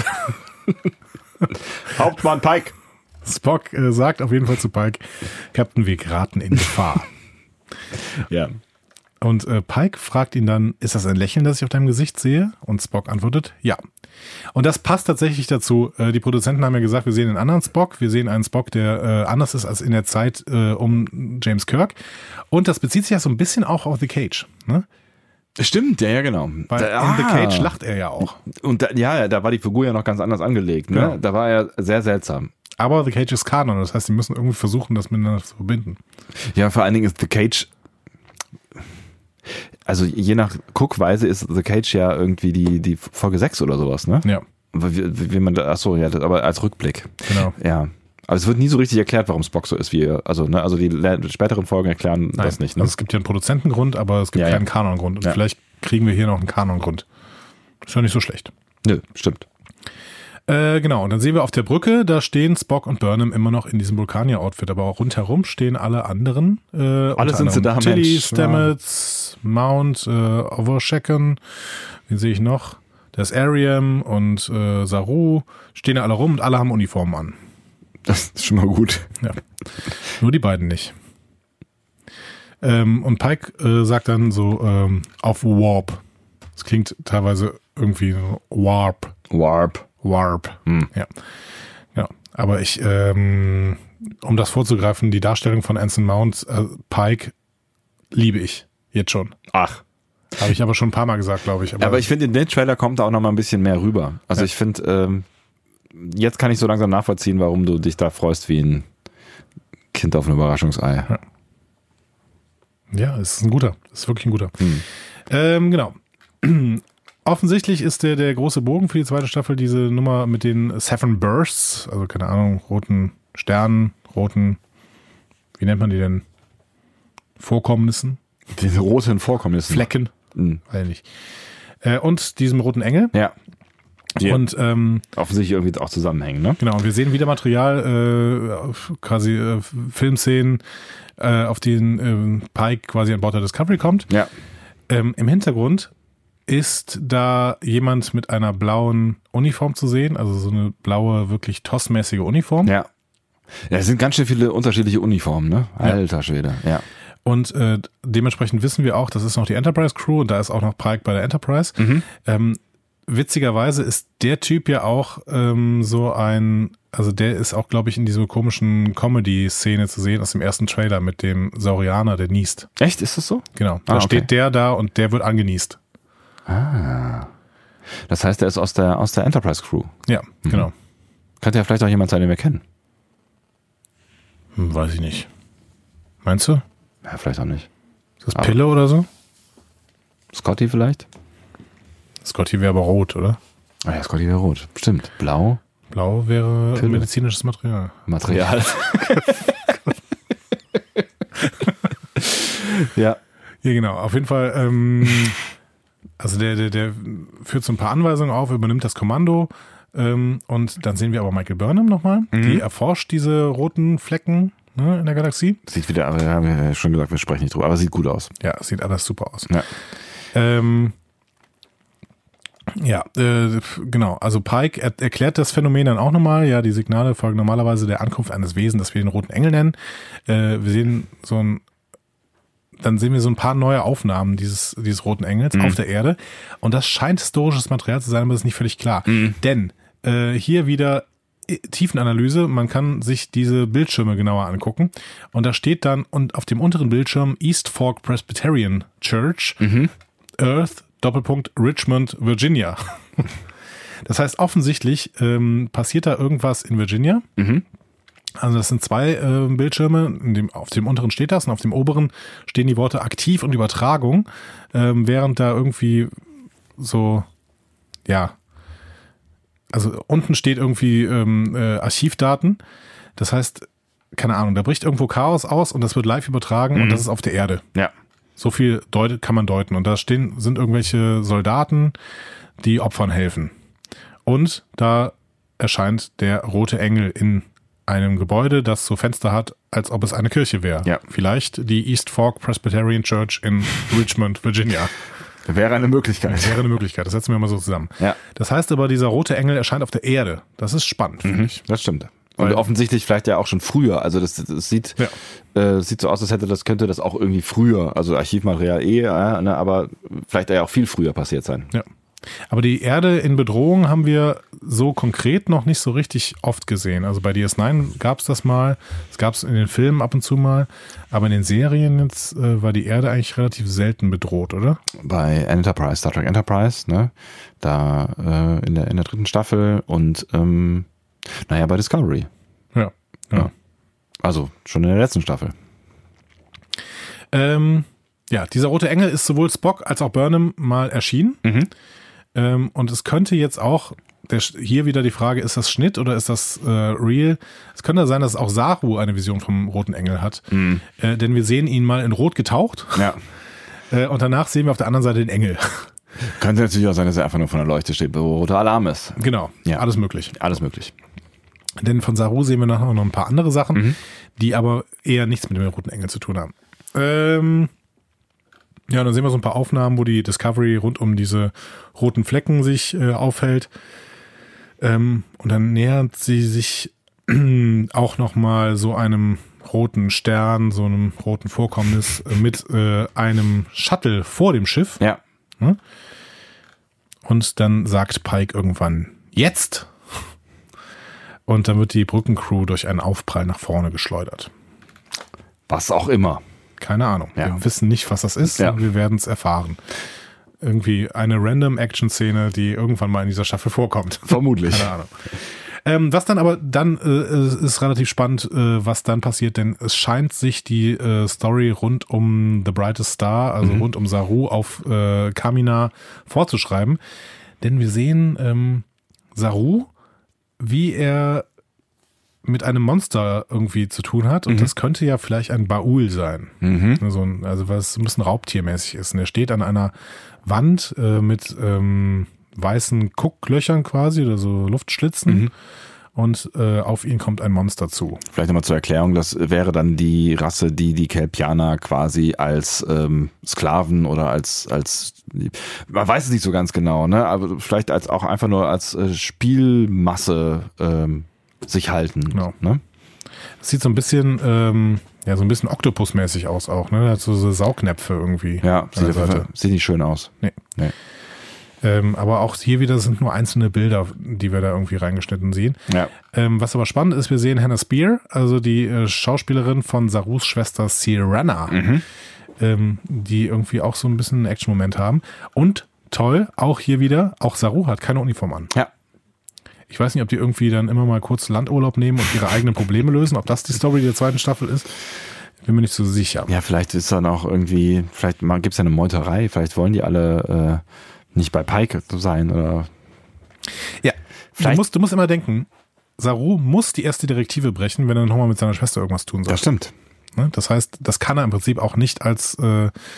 Hauptmann Pike. Spock äh, sagt auf jeden Fall zu Pike, Captain, wir geraten in Gefahr. Ja. Und äh, Pike fragt ihn dann, ist das ein Lächeln, das ich auf deinem Gesicht sehe? Und Spock antwortet, ja. Und das passt tatsächlich dazu. Äh, die Produzenten haben ja gesagt, wir sehen einen anderen Spock. Wir sehen einen Spock, der äh, anders ist als in der Zeit äh, um James Kirk. Und das bezieht sich ja so ein bisschen auch auf The Cage, ne? Stimmt, ja, ja, genau. Weil da, in ah. The Cage lacht er ja auch. Und da, ja, da war die Figur ja noch ganz anders angelegt, ne? Genau. Da war er sehr seltsam. Aber The Cage ist Kanon, das heißt, sie müssen irgendwie versuchen, das miteinander zu verbinden. Ja, vor allen Dingen ist The Cage, also je nach Guckweise ist The Cage ja irgendwie die, die Folge sechs oder sowas, ne? Ja. Wie, wie man da, achso, ja, aber als Rückblick. Genau. Ja. Aber es wird nie so richtig erklärt, warum Spock so ist, wie er, also, ne, also die späteren Folgen erklären Nein, das nicht, ne? Also es gibt ja einen Produzentengrund, aber es gibt ja, keinen ja. Kanongrund. Und ja. vielleicht kriegen wir hier noch einen Kanongrund. Ist ja nicht so schlecht. Nö, stimmt. Äh, genau, und dann sehen wir auf der Brücke, da stehen Spock und Burnham immer noch in diesem Vulkanier-Outfit, aber auch rundherum stehen alle anderen. Äh, alle sind sie da, Tilly, Mensch. Stamets, ja. Mount, äh, Overshaken, wen sehe ich noch? Da ist Ariam und äh, Saru, stehen da alle rum und alle haben Uniformen an. Das ist schon mal gut. Ja. Nur die beiden nicht. Ähm, und Pike äh, sagt dann so ähm, auf Warp. Das klingt teilweise irgendwie Warp. Warp. Warp. Hm. Ja. Ja. Aber ich, ähm, um das vorzugreifen, die Darstellung von Anson Mount, äh, Pike, liebe ich. Jetzt schon. Ach. Habe ich aber schon ein paar Mal gesagt, glaube ich. Aber, aber ich finde, in den Trailer kommt da auch noch mal ein bisschen mehr rüber. Also ja. ich finde, ähm, jetzt kann ich so langsam nachvollziehen, warum du dich da freust wie ein Kind auf ein Überraschungsei. Ja, ja, es ist ein guter. Es ist wirklich ein guter. Hm. Ähm, genau. Offensichtlich ist der, der große Bogen für die zweite Staffel diese Nummer mit den Seven Bursts, also keine Ahnung, roten Sternen, roten, wie nennt man die denn? Vorkommnissen? Diese roten Vorkommnissen. Flecken. Mhm. Weiß ich nicht. Äh, und diesem roten Engel. Ja. Die und ähm, offensichtlich irgendwie auch zusammenhängen, ne? Genau, und wir sehen wieder Material, äh, quasi äh, Filmszenen, äh, auf denen äh, Pike quasi an Bord der Discovery kommt. Ja. Ähm, Im Hintergrund ist da jemand mit einer blauen Uniform zu sehen, also so eine blaue, wirklich tossmäßige Uniform. Ja. Ja, es sind ganz schön viele unterschiedliche Uniformen, ne? Alter ja. Schwede, ja. Und äh, dementsprechend wissen wir auch, das ist noch die Enterprise Crew und da ist auch noch Pike bei der Enterprise. Mhm. Ähm, witzigerweise ist der Typ ja auch ähm, so ein, also der ist auch, glaube ich, in dieser komischen Comedy-Szene zu sehen aus dem ersten Trailer mit dem Saurianer, der niest. Echt? Ist das so? Genau. Da ah, okay. steht der da und der wird angenießt. Ah. Das heißt, er ist aus der, aus der Enterprise Crew. Ja, mhm. genau. Könnte ja vielleicht auch jemand sein, den wir kennen. Hm, weiß ich nicht. Meinst du? Ja, vielleicht auch nicht. Ist das Pille aber oder so? Scotty vielleicht? Scotty wäre aber rot, oder? Ah ja, Scotty wäre rot. Stimmt. Blau? Blau wäre Pille. medizinisches Material. Material. Ja. Ja, genau. Auf jeden Fall, ähm, also der, der, der führt so ein paar Anweisungen auf, übernimmt das Kommando ähm, und dann sehen wir aber Michael Burnham nochmal. Mhm. Die erforscht diese roten Flecken, ne, in der Galaxie. Sieht wieder, aber wir haben ja schon gesagt, wir sprechen nicht drüber, aber sieht gut aus. Ja, sieht alles super aus. Ja. Ähm, ja, äh, genau. Also Pike er, erklärt das Phänomen dann auch nochmal. Ja, die Signale folgen normalerweise der Ankunft eines Wesens, das wir den Roten Engel nennen. Äh, wir sehen so ein, dann sehen wir so ein paar neue Aufnahmen dieses, dieses Roten Engels mhm. auf der Erde. Und das scheint historisches Material zu sein, aber das ist nicht völlig klar. Mhm. Denn äh, hier wieder Tiefenanalyse, man kann sich diese Bildschirme genauer angucken. Und da steht dann, und auf dem unteren Bildschirm East Fork Presbyterian Church, mhm. Earth, Doppelpunkt, Richmond, Virginia. Das heißt, offensichtlich ähm, passiert da irgendwas in Virginia. Mhm. Also das sind zwei äh, Bildschirme. In dem, auf dem unteren steht das und auf dem oberen stehen die Worte aktiv und Übertragung, ähm, während da irgendwie so, ja, also unten steht irgendwie ähm, äh, Archivdaten. Das heißt, keine Ahnung, da bricht irgendwo Chaos aus und das wird live übertragen mhm. und das ist auf der Erde. Ja. So viel deut- kann man deuten. Und da stehen, sind irgendwelche Soldaten, die Opfern helfen. Und da erscheint der rote Engel in einem Gebäude, das so Fenster hat, als ob es eine Kirche wäre. Ja. Vielleicht die East Fork Presbyterian Church in Richmond, Virginia. Wäre eine Möglichkeit. Das wäre eine Möglichkeit. Das setzen wir mal so zusammen. Ja. Das heißt aber, dieser rote Engel erscheint auf der Erde. Das ist spannend, finde mhm, ich. Das stimmt. Und Weil, offensichtlich vielleicht ja auch schon früher. Also das, das sieht, ja. äh, sieht so aus, als hätte das, könnte das auch irgendwie früher, also Archivmaterial eh, äh, ne, aber vielleicht ja auch viel früher passiert sein. Ja. Aber die Erde in Bedrohung haben wir so konkret noch nicht so richtig oft gesehen. Also bei D S neun gab es das mal, es gab es in den Filmen ab und zu mal, aber in den Serien jetzt äh, war die Erde eigentlich relativ selten bedroht, oder? Bei Enterprise, Star Trek Enterprise, ne, da äh, in der in der dritten Staffel und ähm, naja, bei Discovery. Ja, ja. ja. Also schon in der letzten Staffel. Ähm, ja, dieser rote Engel ist sowohl Spock als auch Burnham mal erschienen. Mhm. Ähm, und es könnte jetzt auch, der, hier wieder die Frage, ist das Schnitt oder ist das äh, real? Es könnte sein, dass auch Saru eine Vision vom roten Engel hat. Mhm. Äh, denn wir sehen ihn mal in Rot getaucht. Ja. Äh, und danach sehen wir auf der anderen Seite den Engel. Könnte natürlich auch sein, dass er einfach nur von der Leuchte steht, wo roter Alarm ist. Genau, ja. Alles möglich. Alles möglich. Denn von Saru sehen wir nachher noch ein paar andere Sachen, mhm. die aber eher nichts mit dem roten Engel zu tun haben. Ähm, ja, dann sehen wir so ein paar Aufnahmen, wo die Discovery rund um diese roten Flecken sich äh, aufhält. Ähm, und dann nähert sie sich auch nochmal so einem roten Stern, so einem roten Vorkommnis äh, mit äh, einem Shuttle vor dem Schiff. Ja. Und dann sagt Pike irgendwann, jetzt! Und dann wird die Brückencrew durch einen Aufprall nach vorne geschleudert. Was auch immer. Keine Ahnung. Ja. Wir wissen nicht, was das ist. Ja. Wir werden es erfahren. Irgendwie eine random Action-Szene, die irgendwann mal in dieser Staffel vorkommt. Vermutlich. Keine Ahnung. Ähm, was dann aber dann äh, ist relativ spannend, äh, was dann passiert, denn es scheint sich die äh, Story rund um The Brightest Star, also mhm. rund um Saru auf äh, Kamina vorzuschreiben. Denn wir sehen ähm, Saru, wie er mit einem Monster irgendwie zu tun hat. Und mhm. das könnte ja vielleicht ein Baul sein. Mhm. So ein, also was ein bisschen raubtiermäßig ist. Und er steht an einer Wand äh, mit ähm, weißen Gucklöchern quasi oder so Luftschlitzen. Mhm. Und äh, auf ihn kommt ein Monster zu. Vielleicht nochmal zur Erklärung, das wäre dann die Rasse, die die Kelpianer quasi als ähm, Sklaven oder als, als man weiß es nicht so ganz genau, ne? Aber vielleicht als auch einfach nur als äh, Spielmasse ähm, sich halten. Genau. Ne? Das sieht so ein bisschen, ähm, ja, so ein bisschen Oktopusmäßig aus auch, ne? Hat so, so Saugnäpfe irgendwie. Ja, sieht, sieht nicht schön aus. Nee. nee. Ähm, aber auch hier wieder sind nur einzelne Bilder, die wir da irgendwie reingeschnitten sehen. Ja. Ähm, was aber spannend ist, wir sehen Hannah Spear, also die äh, Schauspielerin von Sarus Schwester Sirena, mhm. ähm, die irgendwie auch so ein bisschen einen Action-Moment haben. Und toll, auch hier wieder, auch Saru hat keine Uniform an. Ja. Ich weiß nicht, ob die irgendwie dann immer mal kurz Landurlaub nehmen und ihre eigenen Probleme lösen, ob das die Story der zweiten Staffel ist. Bin mir nicht so sicher. Ja, vielleicht ist dann auch irgendwie, vielleicht gibt es ja eine Meuterei, vielleicht wollen die alle äh, nicht bei Pike sein oder. Ja, du musst, du musst immer denken, Saru muss die erste Direktive brechen, wenn er nochmal mit seiner Schwester irgendwas tun soll. Das stimmt. Das heißt, das kann er im Prinzip auch nicht als, äh,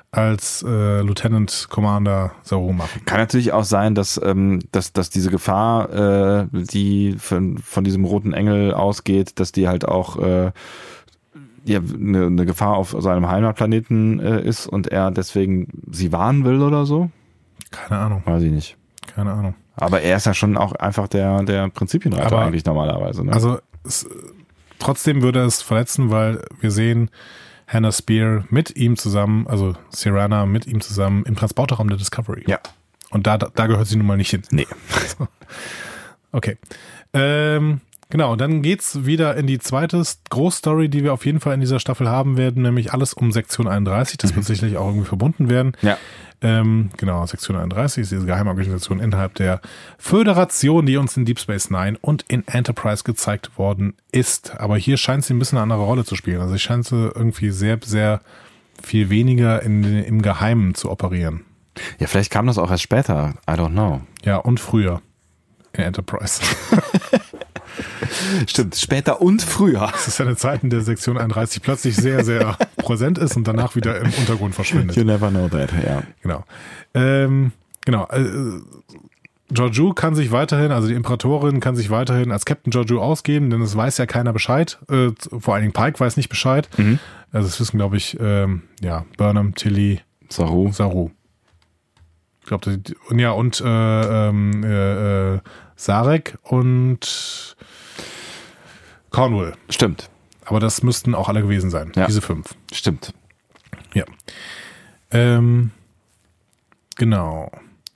als äh, Lieutenant Commander Saru machen. Kann natürlich auch sein, dass, ähm, dass, dass diese Gefahr, äh, die von, von diesem roten Engel ausgeht, dass die halt auch äh, ja, eine, eine Gefahr auf seinem Heimatplaneten äh, ist und er deswegen sie warnen will oder so. Keine Ahnung. Weiß ich nicht. Keine Ahnung. Aber er ist ja schon auch einfach der, der Prinzipienreiter Aber, eigentlich normalerweise. Ne? Also es, trotzdem würde es verletzen, weil wir sehen Hannah Spear mit ihm zusammen, also Sirana mit ihm zusammen im Transporterraum der Discovery. Ja. Und da, da gehört sie nun mal nicht hin. Nee. So. Okay. Ähm, genau, dann geht's wieder in die zweite Großstory, die wir auf jeden Fall in dieser Staffel haben werden, nämlich alles um Sektion einunddreißig. Das mhm. wird sicherlich auch irgendwie verbunden werden. Ja. Ähm, genau, Sektion einunddreißig ist diese Geheimorganisation innerhalb der Föderation, die uns in Deep Space Nine und in Enterprise gezeigt worden ist. Aber hier scheint sie ein bisschen eine andere Rolle zu spielen. Also ich scheint sie irgendwie sehr, sehr viel weniger in, im Geheimen zu operieren. Ja, vielleicht kam das auch erst später. I don't know. Ja, und früher in Enterprise. Stimmt, später und früher. Das ist eine Zeit, in der Sektion einunddreißig plötzlich sehr, sehr präsent ist und danach wieder im Untergrund verschwindet. You never know that, ja. Genau. Ähm, genau. Äh, Georgiou kann sich weiterhin, also die Imperatorin kann sich weiterhin als Captain Georgiou ausgeben, denn es weiß ja keiner Bescheid. Äh, vor allen Dingen Pike weiß nicht Bescheid. Mhm. Also das wissen, glaube ich, ähm, ja, Burnham, Tilly, Saru. Saru. Ich glaube, ja, und äh, ähm, äh, äh, Sarek und Cornwall. Stimmt. Aber das müssten auch alle gewesen sein, ja. diese fünf. Stimmt. Ja. Ähm, genau.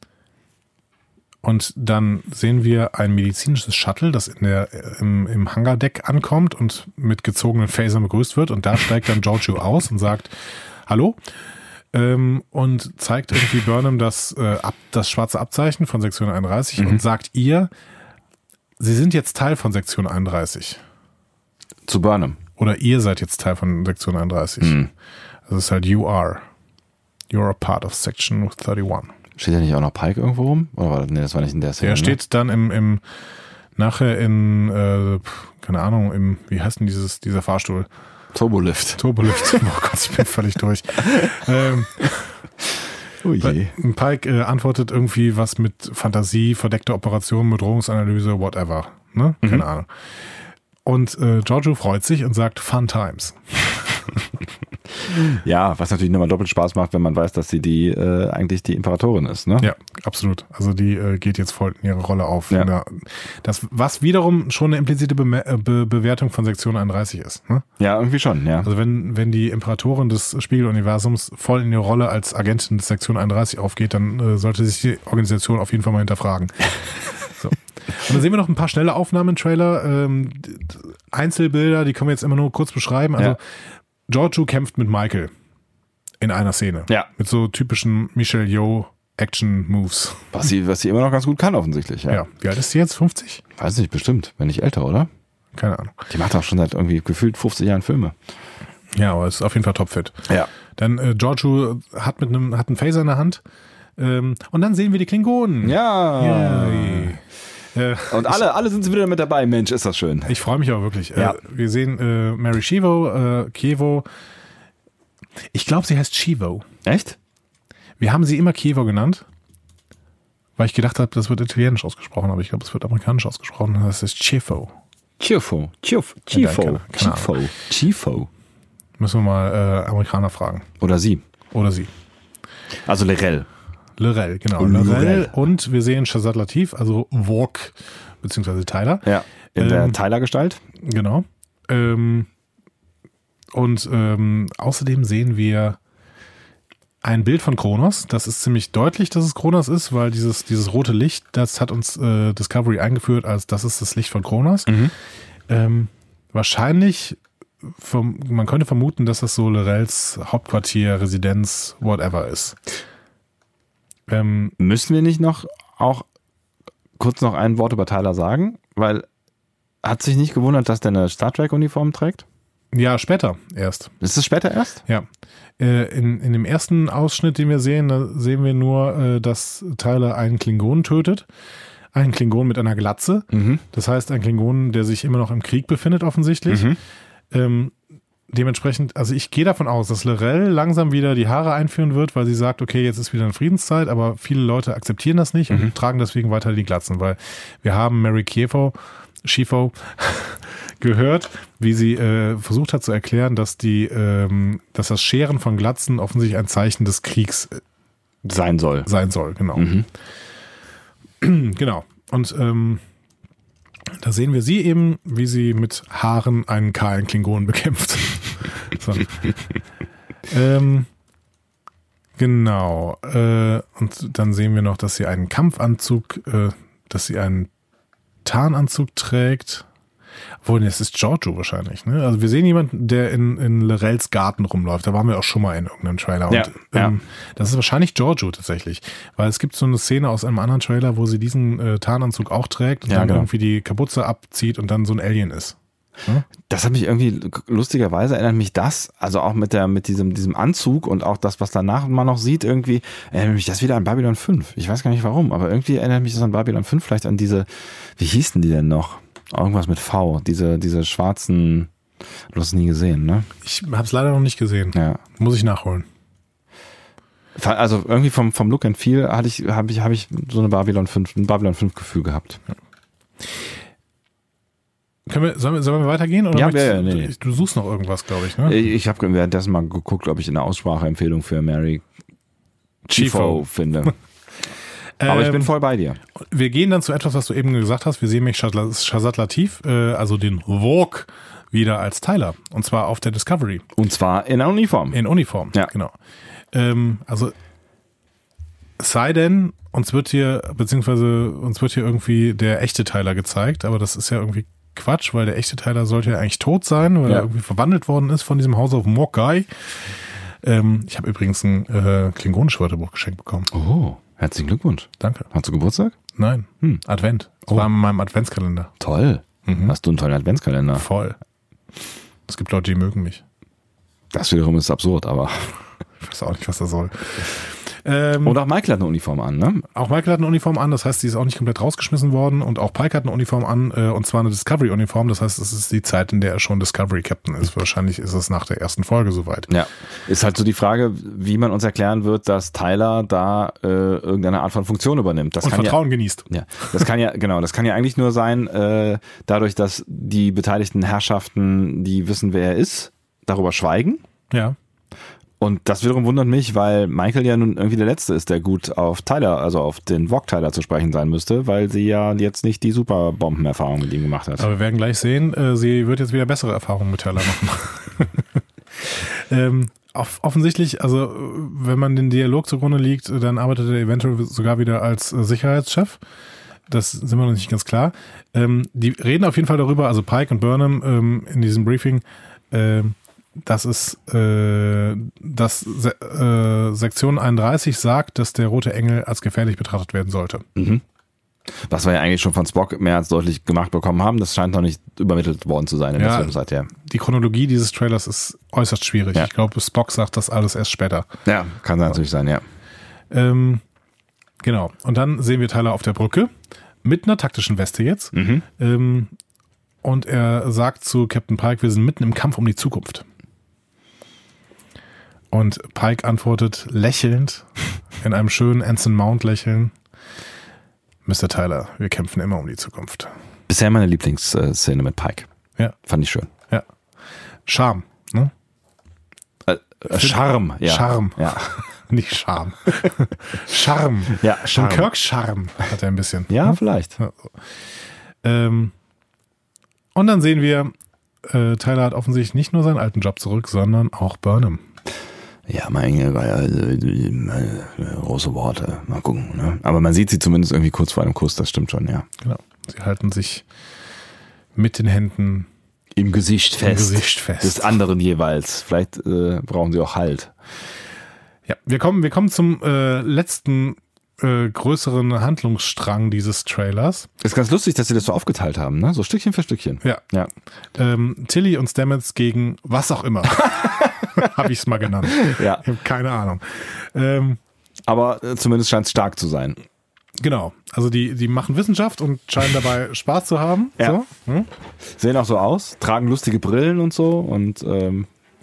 Und dann sehen wir ein medizinisches Shuttle, das in der, im, im Hangardeck ankommt und mit gezogenen Phasern begrüßt wird. Und da steigt dann Georgiou aus und sagt, hallo. Ähm, und zeigt irgendwie Burnham das, äh, ab, das schwarze Abzeichen von Sektion einunddreißig mhm. und sagt ihr, sie sind jetzt Teil von Sektion einunddreißig. Zu Burnham. Oder ihr seid jetzt Teil von Sektion einunddreißig. Mhm. Also es ist halt you are. You are a part of Section einunddreißig. Steht ja nicht auch noch Pike irgendwo rum? Oder nee, das war nicht in der Szene. Der steht ne? dann im, im nachher in, äh, keine Ahnung, im, wie heißt denn dieses, dieser Fahrstuhl? Turbolift. Turbolift. Oh Gott, ich bin völlig durch. ähm, oh je. Pike äh, antwortet irgendwie was mit Fantasie, verdeckte Operation, Bedrohungsanalyse, whatever. Ne? Keine mhm. Ahnung. Und äh, Georgiou freut sich und sagt Fun Times. Ja, was natürlich nochmal doppelt Spaß macht, wenn man weiß, dass sie die äh, eigentlich die Imperatorin ist, ne? Ja, absolut. Also die äh, geht jetzt voll in ihre Rolle auf. Ja. Der, das, was wiederum schon eine implizite Be- Be- Bewertung von Sektion einunddreißig ist. Ne? Ja, irgendwie schon, ja. Also wenn, wenn die Imperatorin des Spiegeluniversums voll in ihre Rolle als Agentin des Sektion einunddreißig aufgeht, dann äh, sollte sich die Organisation auf jeden Fall mal hinterfragen. So. Und dann sehen wir noch ein paar schnelle Aufnahmen im Trailer. Ähm, Einzelbilder, die können wir jetzt immer nur kurz beschreiben. Also ja. Georgiou kämpft mit Michael in einer Szene. Ja. Mit so typischen Michelle Yeoh Action-Moves. Was sie, was sie immer noch ganz gut kann, offensichtlich. Ja. ja. Wie alt ist sie jetzt? fünfzig? Weiß nicht, bestimmt. Wenn nicht älter, oder? Keine Ahnung. Die macht auch schon seit irgendwie gefühlt fünfzig Jahren Filme. Ja, aber ist auf jeden Fall topfit. Ja. Dann äh, Georgiou hat mit einem hat einen Phaser in der Hand. Ähm, und dann sehen wir die Klingonen. Ja. ja äh, und alle, ich, alle sind wieder mit dabei. Mensch, ist das schön. Ich freue mich aber wirklich. Ja. Äh, wir sehen äh, Mary Chivo, äh, Kievo. Ich glaube, sie heißt Chivo. Echt? Wir haben sie immer Kievo genannt, weil ich gedacht habe, das wird italienisch ausgesprochen, aber ich glaube, es wird amerikanisch ausgesprochen. Das ist Chivo. Chivo. Chivo. Chivo. Chivo. Chivo. Müssen wir mal äh, Amerikaner fragen. Oder sie. Oder sie. Also L'Rell. L'Rell, genau. L'Rell. Und wir sehen Shazad Latif, also Walk, beziehungsweise Tyler. Ja, in ähm, der Tyler-Gestalt. Genau. Ähm, und ähm, außerdem sehen wir ein Bild von Kronos. Das ist ziemlich deutlich, dass es Kronos ist, weil dieses, dieses rote Licht, das hat uns äh, Discovery eingeführt, als das ist das Licht von Kronos. Mhm. Ähm, wahrscheinlich, vom, man könnte vermuten, dass das so L'Rells Hauptquartier, Residenz, whatever ist. Ähm, Müssen wir nicht noch auch kurz noch ein Wort über Tyler sagen? Weil, hat sich nicht gewundert, dass der eine Star Trek-Uniform trägt? Ja, später erst. Ist es später erst? Ja. Äh, in, in dem ersten Ausschnitt, den wir sehen, da sehen wir nur, äh, dass Tyler einen Klingonen tötet. Einen Klingonen mit einer Glatze. Mhm. Das heißt, ein Klingonen, der sich immer noch im Krieg befindet, offensichtlich. Mhm. Ähm, dementsprechend, also ich gehe davon aus, dass Lorel langsam wieder die Haare einführen wird, weil sie sagt, okay, jetzt ist wieder eine Friedenszeit, aber viele Leute akzeptieren das nicht und Mhm. tragen deswegen weiter die Glatzen, weil wir haben Mary Kiefer, Schifo gehört, wie sie äh, versucht hat zu erklären, dass die, ähm, dass das Scheren von Glatzen offensichtlich ein Zeichen des Kriegs äh, Sein soll. sein soll, genau. Mhm. Genau. Und ähm, da sehen wir sie eben, wie sie mit Haaren einen kahlen Klingonen bekämpft. so. ähm, genau. Äh, und dann sehen wir noch, dass sie einen Kampfanzug, äh, dass sie einen Tarnanzug trägt. Obwohl, das ist Giorgio wahrscheinlich. Ne? Also wir sehen jemanden, der in, in Lorels Garten rumläuft. Da waren wir auch schon mal in irgendeinem Trailer. Ja, und ähm, ja. das ist wahrscheinlich Giorgio tatsächlich. Weil es gibt so eine Szene aus einem anderen Trailer, wo sie diesen äh, Tarnanzug auch trägt und Ja, dann genau. irgendwie die Kapuze abzieht und dann so ein Alien ist. Das hat mich irgendwie, lustigerweise erinnert mich das, also auch mit der, mit diesem, diesem Anzug und auch das, was danach man noch sieht, irgendwie, erinnert mich das wieder an Babylon fünf. Ich weiß gar nicht warum, aber irgendwie erinnert mich das an Babylon fünf, vielleicht an diese, wie hießen die denn noch? Irgendwas mit V, diese, diese schwarzen, du hast es nie gesehen, ne? Ich habe es leider noch nicht gesehen. Ja. Muss ich nachholen. Also irgendwie vom, vom Look and Feel hatte ich, habe ich, habe ich so eine Babylon fünf, ein Babylon fünf Gefühl gehabt. Können wir, sollen, wir, sollen wir weitergehen? Oder Ja, möchtest, ja, ja, nee, nee. Du suchst noch irgendwas, glaube ich, ne? Ich habe währenddessen mal geguckt, ob ich eine Ausspracheempfehlung für Mary Chifo finde. Aber ich bin voll bei dir. Wir gehen dann zu etwas, was du eben gesagt hast. Wir sehen mich Shazad Latif, äh, also den Vogue, wieder als Tyler. Und zwar auf der Discovery. Und zwar in einer Uniform. In Uniform, Ja. genau. Ähm, also es sei denn, uns wird hier, beziehungsweise uns wird hier irgendwie der echte Tyler gezeigt, aber das ist ja irgendwie Quatsch, weil der echte Tyler sollte ja eigentlich tot sein, weil Ja. er irgendwie verwandelt worden ist von diesem House of Mogai. Ähm, ich habe übrigens ein äh, klingonisches Wörterbuch geschenkt bekommen. Oh, herzlichen Glückwunsch. Danke. Hast du Geburtstag? Nein, Hm. Advent. Das Oh. war in meinem Adventskalender. Toll. Mhm. Hast du einen tollen Adventskalender? Voll. Es gibt Leute, die mögen mich. Das wiederum ist absurd, aber. Ich weiß auch nicht, was das soll. Ähm, Und auch Michael hat eine Uniform an, ne? Auch Michael hat eine Uniform an, das heißt, sie ist auch nicht komplett rausgeschmissen worden. Und auch Pike hat eine Uniform an, äh, und zwar eine Discovery-Uniform. Das heißt, es ist die Zeit, in der er schon Discovery-Captain ist. Wahrscheinlich ist es nach der ersten Folge soweit. Ja. Ist halt so die Frage, wie man uns erklären wird, dass Tyler da äh, irgendeine Art von Funktion übernimmt. Das Und kann Vertrauen genießt. Ja, ja, das kann ja, genau, das kann ja eigentlich nur sein, äh, dadurch, dass die beteiligten Herrschaften, die wissen, wer er ist, darüber schweigen. Ja. Und das wiederum wundert mich, weil Michael ja nun irgendwie der Letzte ist, der gut auf Tyler, also auf den Vogue-Tyler zu sprechen sein müsste, weil sie ja jetzt nicht die Superbombenerfahrung mit ihm gemacht hat. Aber wir werden gleich sehen, äh, sie wird jetzt wieder bessere Erfahrungen mit Tyler machen. ähm, off- offensichtlich, also äh, wenn man den Dialog zugrunde liegt, dann arbeitet er eventuell sogar wieder als äh, Sicherheitschef. Das sind wir noch nicht ganz klar. Ähm, die reden auf jeden Fall darüber, also Pike und Burnham ähm, in diesem Briefing, ähm, dass es, äh, dass Se äh, Sektion einunddreißig sagt, dass der Rote Engel als gefährlich betrachtet werden sollte. Mhm. Was wir ja eigentlich schon von Spock mehr als deutlich gemacht bekommen haben, das scheint noch nicht übermittelt worden zu sein in Ja. der Zwischenzeit, ja. Die Chronologie dieses Trailers ist äußerst schwierig. Ja. Ich glaube, Spock sagt das alles erst später. Ja, kann natürlich sein, ja. Ähm, genau. Und dann sehen wir Tyler auf der Brücke mit einer taktischen Weste jetzt. Mhm. Ähm, und er sagt zu Captain Pike, wir sind mitten im Kampf um die Zukunft. Und Pike antwortet lächelnd, in einem schönen Anson Mount Lächeln: Mister Tyler, wir kämpfen immer um die Zukunft. Bisher meine Lieblingsszene mit Pike. Ja. Fand ich schön. Ja. Charme, ne? Äh, Charme, ja. Charme. Ja. Nicht Charme. Charme. Ja, Schon Charme. Kirk-Charme hat er ein bisschen. Ja, ne? vielleicht. Ja, so. ähm, und dann sehen wir, äh, Tyler hat offensichtlich nicht nur seinen alten Job zurück, sondern auch Burnham. Ja, meine, äh, meine große Worte. Mal gucken. Ne? Aber man sieht sie zumindest irgendwie kurz vor einem Kuss, das stimmt schon, ja. Genau. Sie halten sich mit den Händen Im Gesicht fest. im Gesicht fest. Des anderen jeweils. Vielleicht äh, brauchen sie auch Halt. Ja, wir kommen, wir kommen zum äh, letzten äh, größeren Handlungsstrang dieses Trailers. Ist ganz lustig, dass sie das so aufgeteilt haben, ne? So Stückchen für Stückchen. Ja. Ja. Ähm, Tilly und Stamets gegen was auch immer. Habe ich es mal genannt. Ja. Ich habe keine Ahnung. Ähm, Aber äh, zumindest scheint es stark zu sein. genau. Also die, die machen Wissenschaft und scheinen dabei Spaß zu haben. Ja. So. Hm? Sehen auch so aus, tragen lustige Brillen und so und ähm,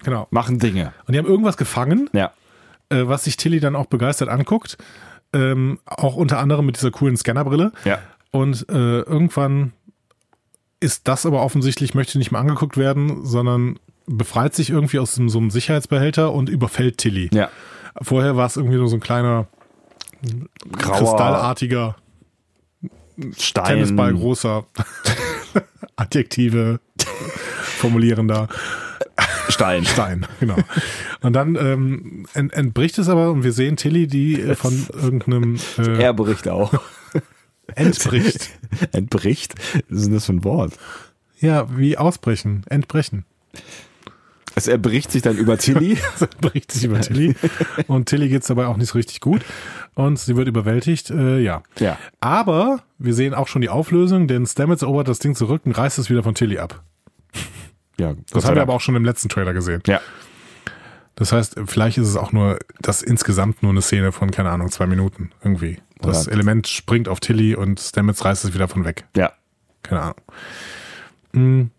Genau. machen Dinge. Und die haben irgendwas gefangen, Ja. äh, was sich Tilly dann auch begeistert anguckt. Ähm, auch unter anderem mit dieser coolen Scannerbrille. Ja. Und äh, irgendwann ist das aber offensichtlich, möchte nicht mehr angeguckt werden, sondern befreit sich irgendwie aus so einem Sicherheitsbehälter und überfällt Tilly. Ja. Vorher war es irgendwie nur so ein kleiner Grauer kristallartiger Stein. Tennisball großer Adjektive formulierender Stein. Stein, genau. Und dann ähm, ent, entbricht es aber und wir sehen Tilly, die äh, von irgendeinem äh, Er bricht auch. entbricht. Entbricht? Was ist denn das für ein Wort? Ja, wie ausbrechen, entbrechen. Es erbricht sich dann über Tilly. Es entbricht sich über Tilly und Tilly geht es dabei auch nicht so richtig gut und sie wird überwältigt, äh, ja. Ja. Aber wir sehen auch schon die Auflösung, denn Stamets erobert das Ding zurück und reißt es wieder von Tilly ab. Ja, Das haben wir aber auch schon im letzten Trailer gesehen. Ja. Das heißt, vielleicht ist es auch nur, das insgesamt nur eine Szene von, keine Ahnung, zwei Minuten irgendwie. Das Oder- Element springt auf Tilly und Stamets reißt es wieder von weg. Ja. Keine Ahnung. Mhm.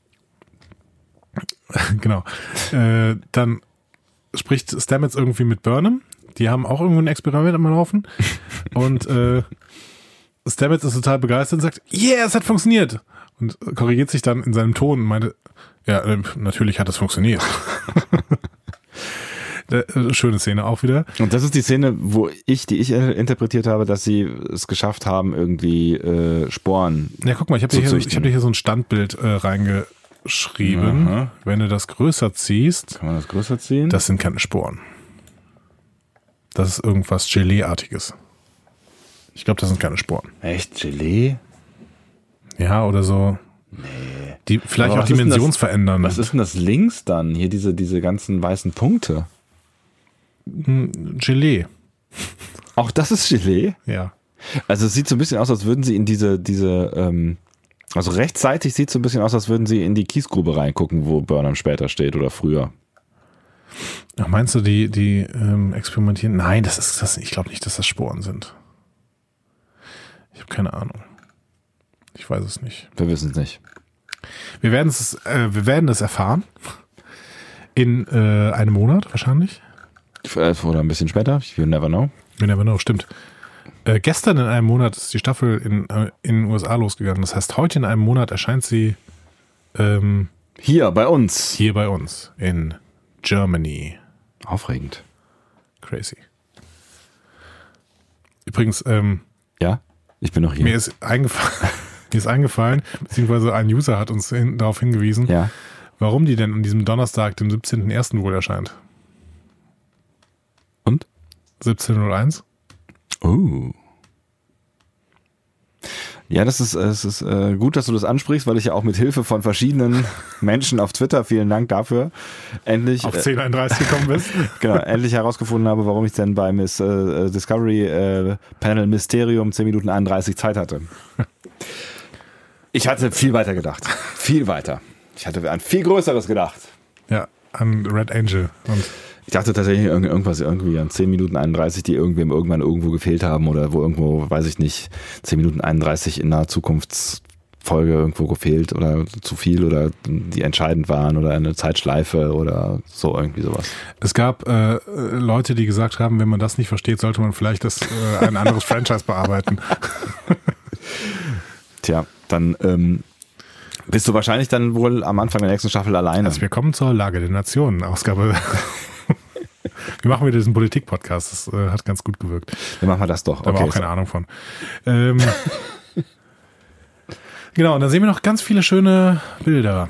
Genau. Äh, dann spricht Stamets irgendwie mit Burnham. Die haben auch irgendwo ein Experiment am Laufen. Und äh, Stamets ist total begeistert und sagt, yeah, es hat funktioniert. Und korrigiert sich dann in seinem Ton und meinte, ja, äh, natürlich hat es funktioniert. äh, schöne Szene auch wieder. Und das ist die Szene, wo ich, die ich interpretiert habe, dass sie es geschafft haben, irgendwie äh, Sporen. Ja, guck mal, ich habe zu dir, hier- züchten. ich hab dir hier so ein Standbild äh, reingeschrieben. Aha. Wenn du das größer ziehst, Kann man das größer ziehen? das sind keine Sporen. Das ist irgendwas Gelee-artiges. Ich glaube, das sind keine Sporen. Echt? Gelee? Ja, oder so. Nee. Die vielleicht Aber auch was ist denn das- dimensionsverändern. Was ist denn das links dann? Hier diese, diese ganzen weißen Punkte. Gelee. Auch das ist Gelee? Ja. Also es sieht so ein bisschen aus, als würden sie in diese, diese, ähm, also rechtsseitig sieht es so ein bisschen aus, als würden sie in die Kiesgrube reingucken, wo Burnham später steht oder früher. Ach, meinst du, die, die ähm, experimentieren? Nein, das ist das. Ich glaube nicht, dass das Sporen sind. Ich habe keine Ahnung. Ich weiß es nicht. Wir wissen es nicht. Wir werden es, äh, wir werden es erfahren. In äh, einem Monat wahrscheinlich. Oder ein bisschen später, you never know. You never know, stimmt. Äh, gestern in einem Monat ist die Staffel in, äh, in den U S A losgegangen. Das heißt, heute in einem Monat erscheint sie ähm, Hier, bei uns. hier bei uns in Germany. Aufregend. Crazy. Übrigens, ähm, Ja, ich bin noch hier. mir ist eingefallen, mir ist eingefallen, beziehungsweise ein User hat uns hin, darauf hingewiesen, Ja. warum die denn an diesem Donnerstag, dem siebzehnten ersten wohl erscheint. Und? siebzehn Uhr eins. Oh. Ja, das ist, es ist äh, gut, dass du das ansprichst, weil ich ja auch mit Hilfe von verschiedenen Menschen auf Twitter, vielen Dank dafür, endlich, Auf äh, zehn Uhr einunddreißig gekommen bist. genau, endlich herausgefunden habe, warum ich denn bei Miss äh, Discovery äh, Panel Mysterium zehn Minuten einunddreißig Zeit hatte. Ich hatte viel weiter gedacht. Viel weiter. Ich hatte an viel Größeres gedacht. Ja, an Red Angel. Und Ich dachte tatsächlich irgend- irgendwas irgendwie an zehn Minuten einunddreißig, die irgendwem irgendwann irgendwo gefehlt haben oder wo irgendwo, weiß ich nicht, zehn Minuten einunddreißig in einer Zukunftsfolge irgendwo gefehlt oder zu viel oder die entscheidend waren oder eine Zeitschleife oder so irgendwie sowas. es gab äh, Leute, die gesagt haben, wenn man das nicht versteht, sollte man vielleicht das äh, ein anderes Franchise bearbeiten. Tja, dann ähm, bist du wahrscheinlich dann wohl am Anfang der nächsten Staffel alleine. Also wir kommen zur Lage der Nationen, Ausgabe. Wir machen wieder diesen Politik-Podcast, das äh, hat ganz gut gewirkt. Dann machen wir das doch. Da haben wir Okay, auch keine Ahnung von. Ähm, genau, und dann sehen wir noch ganz viele schöne Bilder.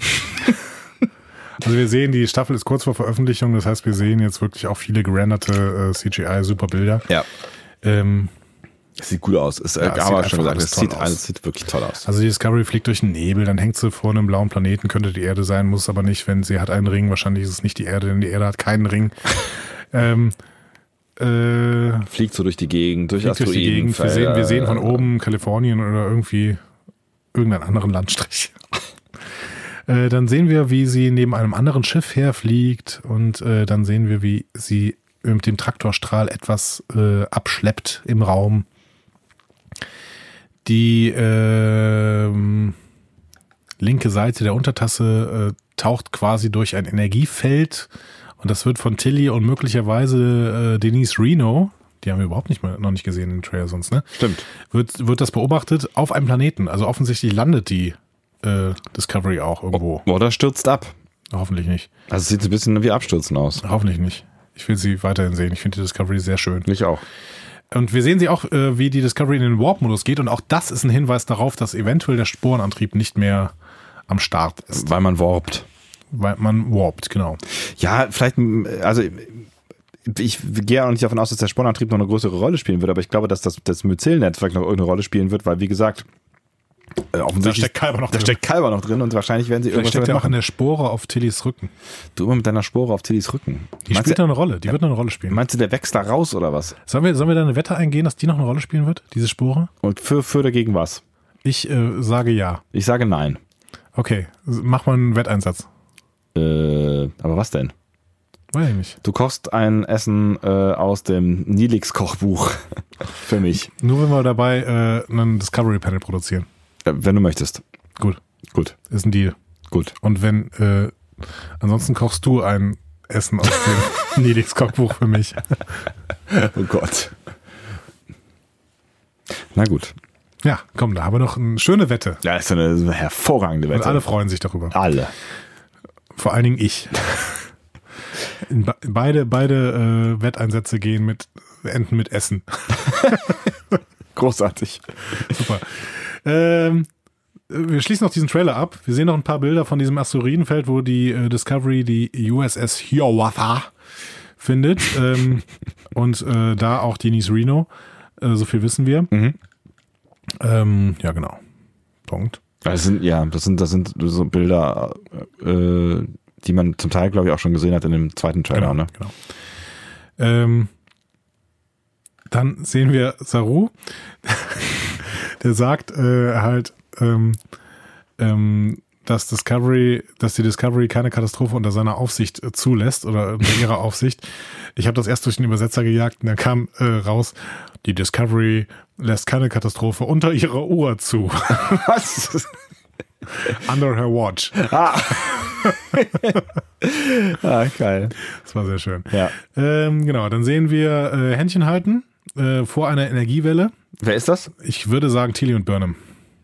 Also wir sehen, die Staffel ist kurz vor Veröffentlichung, das heißt, wir sehen jetzt wirklich auch viele gerenderte äh, C G I-Superbilder. Ja, Ähm, es sieht gut aus. Es, äh, Ja, es haben wir sieht schon einfach gesagt, alles es toll sieht, aus. alles sieht wirklich toll aus. also die Discovery fliegt durch den Nebel, dann hängt sie vor einem blauen Planeten, könnte die Erde sein, muss es aber nicht, wenn sie hat einen Ring, wahrscheinlich ist es nicht die Erde, denn die Erde hat keinen Ring. ähm, äh, Fliegt so durch die Gegend, durch fliegt durch die Asteroiden. Gegend. Wir sehen, wir sehen von oben Kalifornien oder irgendwie irgendeinen anderen Landstrich. äh, dann sehen wir, wie sie neben einem anderen Schiff herfliegt und äh, dann sehen wir, wie sie mit dem Traktorstrahl etwas äh, abschleppt im Raum. Die, ähm, linke Seite der Untertasse äh, taucht quasi durch ein Energiefeld und das wird von Tilly und möglicherweise äh, Denise Reno, die haben wir überhaupt nicht mal, noch nicht gesehen im Trailer sonst, ne? Stimmt. Wird, wird das beobachtet auf einem Planeten. Also offensichtlich landet die äh, Discovery auch irgendwo. Oder stürzt ab. Hoffentlich nicht. Also es sieht ein bisschen wie Abstürzen aus. Hoffentlich nicht. Ich will sie weiterhin sehen. Ich finde die Discovery sehr schön. Ich auch. Und wir sehen sie auch, äh, wie die Discovery in den Warp-Modus geht. Und auch das ist ein Hinweis darauf, dass eventuell der Sporenantrieb nicht mehr am Start ist. Weil man warpt. Weil man warpt, genau. Ja, vielleicht, also ich gehe auch nicht davon aus, dass der Sporenantrieb noch eine größere Rolle spielen wird, aber ich glaube, dass das, das Myzelnetz vielleicht noch irgendeine Rolle spielen wird, weil wie gesagt, äh, offensichtlich, da steckt Kalber noch da drin. steckt Kalber noch drin und wahrscheinlich werden sie Vielleicht irgendwas steckt ja auch machen. in der Spore auf Tillys Rücken. Du immer mit deiner Spore auf Tillys Rücken. Die Meinst spielt du, noch eine Rolle. Die wird noch eine Rolle spielen. meinst du, der wächst da raus oder was? Sollen wir, sollen wir da eine Wette eingehen, dass die noch eine Rolle spielen wird, diese Spore? Und für, für oder gegen was? Ich äh, sage ja. Ich sage nein. Okay, mach mal einen Wetteinsatz. Äh, aber was denn? Weiß ich nicht. Du kochst ein Essen äh, aus dem Nilix-Kochbuch für mich. Nur wenn wir dabei äh, einen Discovery Panel produzieren. Äh, wenn du möchtest. Gut. Gut. Ist ein Deal. Gut. Und wenn, äh, ansonsten kochst du ein Essen aus dem Nilix-Kochbuch für mich. Oh Gott. Na gut. Ja, komm, da haben wir noch eine schöne Wette. Ja, ist eine, eine hervorragende Wette. Und alle freuen sich darüber. Alle. Vor allen Dingen ich. Be- beide beide äh, Wetteinsätze gehen mit enden mit Essen. Großartig. Super. Ähm, wir schließen noch diesen Trailer ab. Wir sehen noch ein paar Bilder von diesem Asteroidenfeld, wo die äh, Discovery die U S S Hiawatha findet. ähm, und äh, da auch Denise Reno. Äh, so viel wissen wir. Mhm. Ähm, ja, genau. Punkt. Das sind, ja, das sind, das sind so Bilder, äh, die man zum Teil, glaube ich, auch schon gesehen hat in dem zweiten Trailer. Genau, Ne? genau. Ähm, dann sehen wir Saru, der sagt äh, halt, ähm, ähm, dass Discovery, dass die Discovery keine Katastrophe unter seiner Aufsicht äh, zulässt oder unter ihrer Aufsicht. Ich habe das erst durch den Übersetzer gejagt und dann kam äh, raus, die Discovery lässt keine Katastrophe unter ihrer Uhr zu. Was? Under her watch. Ah. Ah, geil. Das war sehr schön. Ja. Ähm, genau, dann sehen wir äh, Händchen halten äh, vor einer Energiewelle. Wer ist das? Ich würde sagen Tilly und Burnham.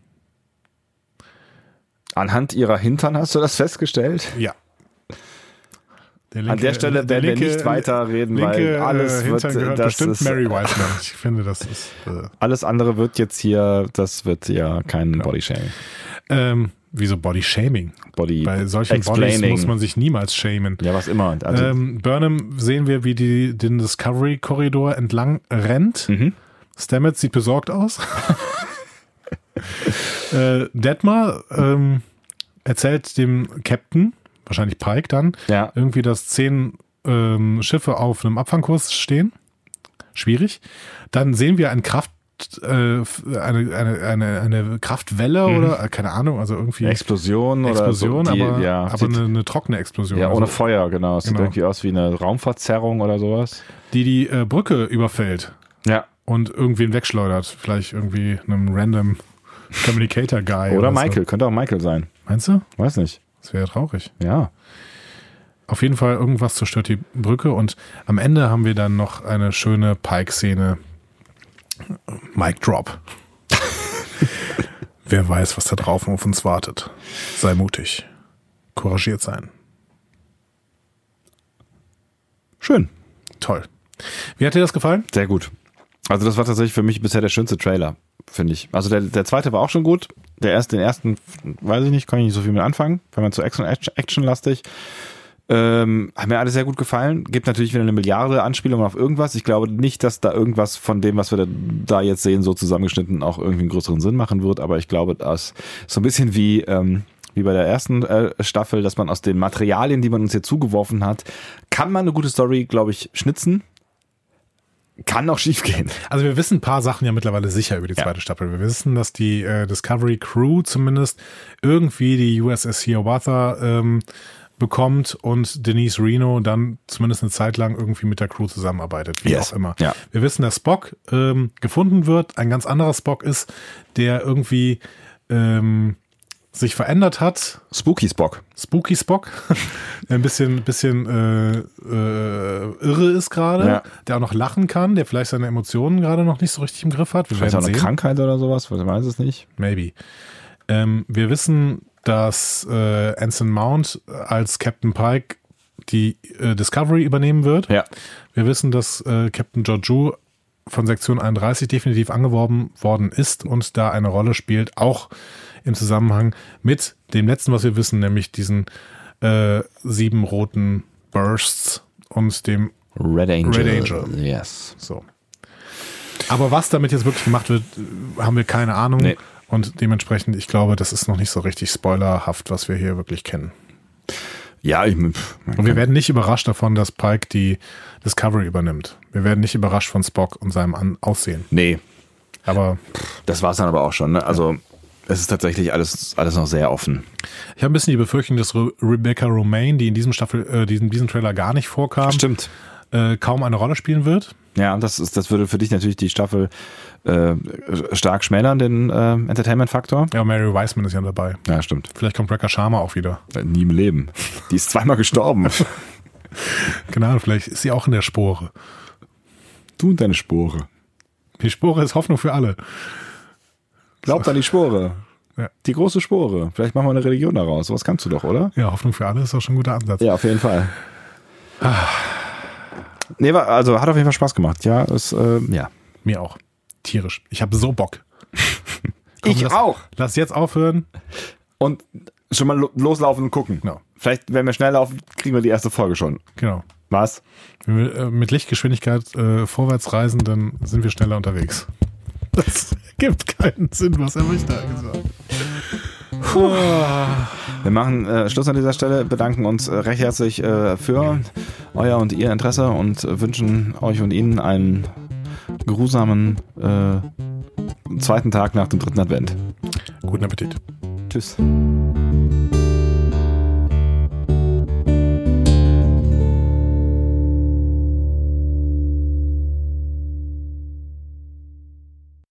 Anhand ihrer Hintern hast du das festgestellt? Ja. Der linke, An der Stelle werden wir nicht weiter reden, linke, weil alles äh, wird, Hintern gehört das bestimmt ist, Mary Wiseman. Ich finde, das ist äh, alles andere wird jetzt hier, das wird ja kein Genau. Bodyshaming. ähm, wieso Body Shaming? Body Bei solchen Bodies explaining. muss man sich niemals shamen. Ja, was immer. Also, Ähm, Burnham sehen wir, wie die den Discovery-Korridor entlang rennt. mhm. Stamets sieht besorgt aus. äh, Detmar ähm, erzählt dem Captain, wahrscheinlich Pike dann, Ja. irgendwie, dass zehn ähm, Schiffe auf einem Abfangkurs stehen. Schwierig. Dann sehen wir ein Kraft, äh, eine, eine, eine, eine Kraftwelle Mhm. oder, äh, keine Ahnung, also irgendwie Explosion, Explosion, oder so. Die, aber, ja, aber sieht, eine, eine trockene Explosion. ja, ohne also, Feuer, genau. Es sieht Genau. irgendwie aus wie eine Raumverzerrung oder sowas. die die äh, Brücke überfällt Ja. und irgendwen wegschleudert. Vielleicht irgendwie einem random Communicator Guy. Oder so. Michael, könnte auch Michael sein. Meinst du? Weiß nicht. Das wäre traurig. Ja. Auf jeden Fall, irgendwas zerstört die Brücke und am Ende haben wir dann noch eine schöne Pike-Szene. Mic Drop. Wer weiß, was da drauf auf uns wartet. Sei mutig. Couragiert sein. Schön. Toll. Wie hat dir das gefallen? Sehr gut. Also das war tatsächlich für mich bisher der schönste Trailer, finde ich. Also der, der zweite war auch schon gut. Der erste, den ersten, weiß ich nicht, kann ich nicht so viel mit anfangen, weil man zu Action, Action-lastig. Ähm, hat mir alles sehr gut gefallen. Gibt natürlich wieder eine Milliarde Anspielungen auf irgendwas. Ich glaube nicht, dass da irgendwas von dem, was wir da, da jetzt sehen, so zusammengeschnitten auch irgendwie einen größeren Sinn machen wird. Aber ich glaube, das ist so ein bisschen wie, ähm, wie bei der ersten äh, Staffel, dass man aus den Materialien, die man uns hier zugeworfen hat, kann man eine gute Story, glaube ich, schnitzen. Kann auch schief gehen. Also wir wissen ein paar Sachen ja mittlerweile sicher über die zweite ja. Staffel. Wir wissen, dass die äh, Discovery Crew zumindest irgendwie die U S S Hiawatha ähm, bekommt und Denise Reno dann zumindest eine Zeit lang irgendwie mit der Crew zusammenarbeitet, wie yes. auch immer. Ja. Wir wissen, dass Spock ähm, gefunden wird, ein ganz anderer Spock ist, der irgendwie ähm, sich verändert hat. Spooky Spock. Spooky Spock. ein bisschen, bisschen äh, äh, irre ist gerade. Ja. Der auch noch lachen kann, der vielleicht seine Emotionen gerade noch nicht so richtig im Griff hat. Wir vielleicht auch eine sehen. Krankheit oder sowas, ich weiß es nicht. Maybe. Ähm, wir wissen, dass äh, Anson Mount als Captain Pike die äh, Discovery übernehmen wird. Ja. Wir wissen, dass äh, Captain Georgiou von Sektion einunddreißig definitiv angeworben worden ist und da eine Rolle spielt, auch im Zusammenhang mit dem letzten, was wir wissen, nämlich diesen äh, sieben roten Bursts und dem Red Angel. Red Angel. Yes. So. Aber was damit jetzt wirklich gemacht wird, haben wir keine Ahnung. Nee. Und dementsprechend, ich glaube, das ist noch nicht so richtig spoilerhaft, was wir hier wirklich kennen. Ja, ich, und wir werden nicht überrascht davon, dass Pike die Discovery übernimmt. Wir werden nicht überrascht von Spock und seinem An- Aussehen. Nee. Aber das war es dann aber auch schon. Ne? Also ja. Es ist tatsächlich alles, alles noch sehr offen. Ich habe ein bisschen die Befürchtung, dass Re- Rebecca Romaine, die in diesem Staffel, äh, diesem, diesem Trailer gar nicht vorkam, Stimmt. Äh, kaum eine Rolle spielen wird. Ja, das ist, das würde für dich natürlich die Staffel äh, stark schmälern, den äh, Entertainment-Faktor. Ja, Mary Wiseman ist ja dabei. Ja, stimmt. Vielleicht kommt Rekha Sharma auch wieder. Nie im Leben. Die ist zweimal gestorben. Genau, vielleicht ist sie auch in der Spore. Du und deine Spore. Die Spore ist Hoffnung für alle. Glaubt an die Spore. Ja. Die große Spore. Vielleicht machen wir eine Religion daraus. Sowas kannst du doch, oder? Ja, Hoffnung für alle ist doch schon ein guter Ansatz. Ja, auf jeden Fall. Nee, war, also hat auf jeden Fall Spaß gemacht. Ja, es, äh, ja. Mir auch. Tierisch. Ich habe so Bock. Komm, ich lass, auch. Lass jetzt aufhören. Und schon mal lo- loslaufen und gucken. Genau. Vielleicht, wenn wir schnell laufen, kriegen wir die erste Folge schon. Genau. Was? Wenn wir äh, mit Lichtgeschwindigkeit äh, vorwärts reisen, dann sind wir schneller unterwegs. Das gibt keinen Sinn, was habe ich da gesagt? Puh. Wir machen äh, Schluss an dieser Stelle, bedanken uns äh, recht herzlich äh, für euer und ihr Interesse und äh, wünschen euch und Ihnen einen geruhsamen äh, zweiten Tag nach dem dritten Advent. Guten Appetit. Tschüss.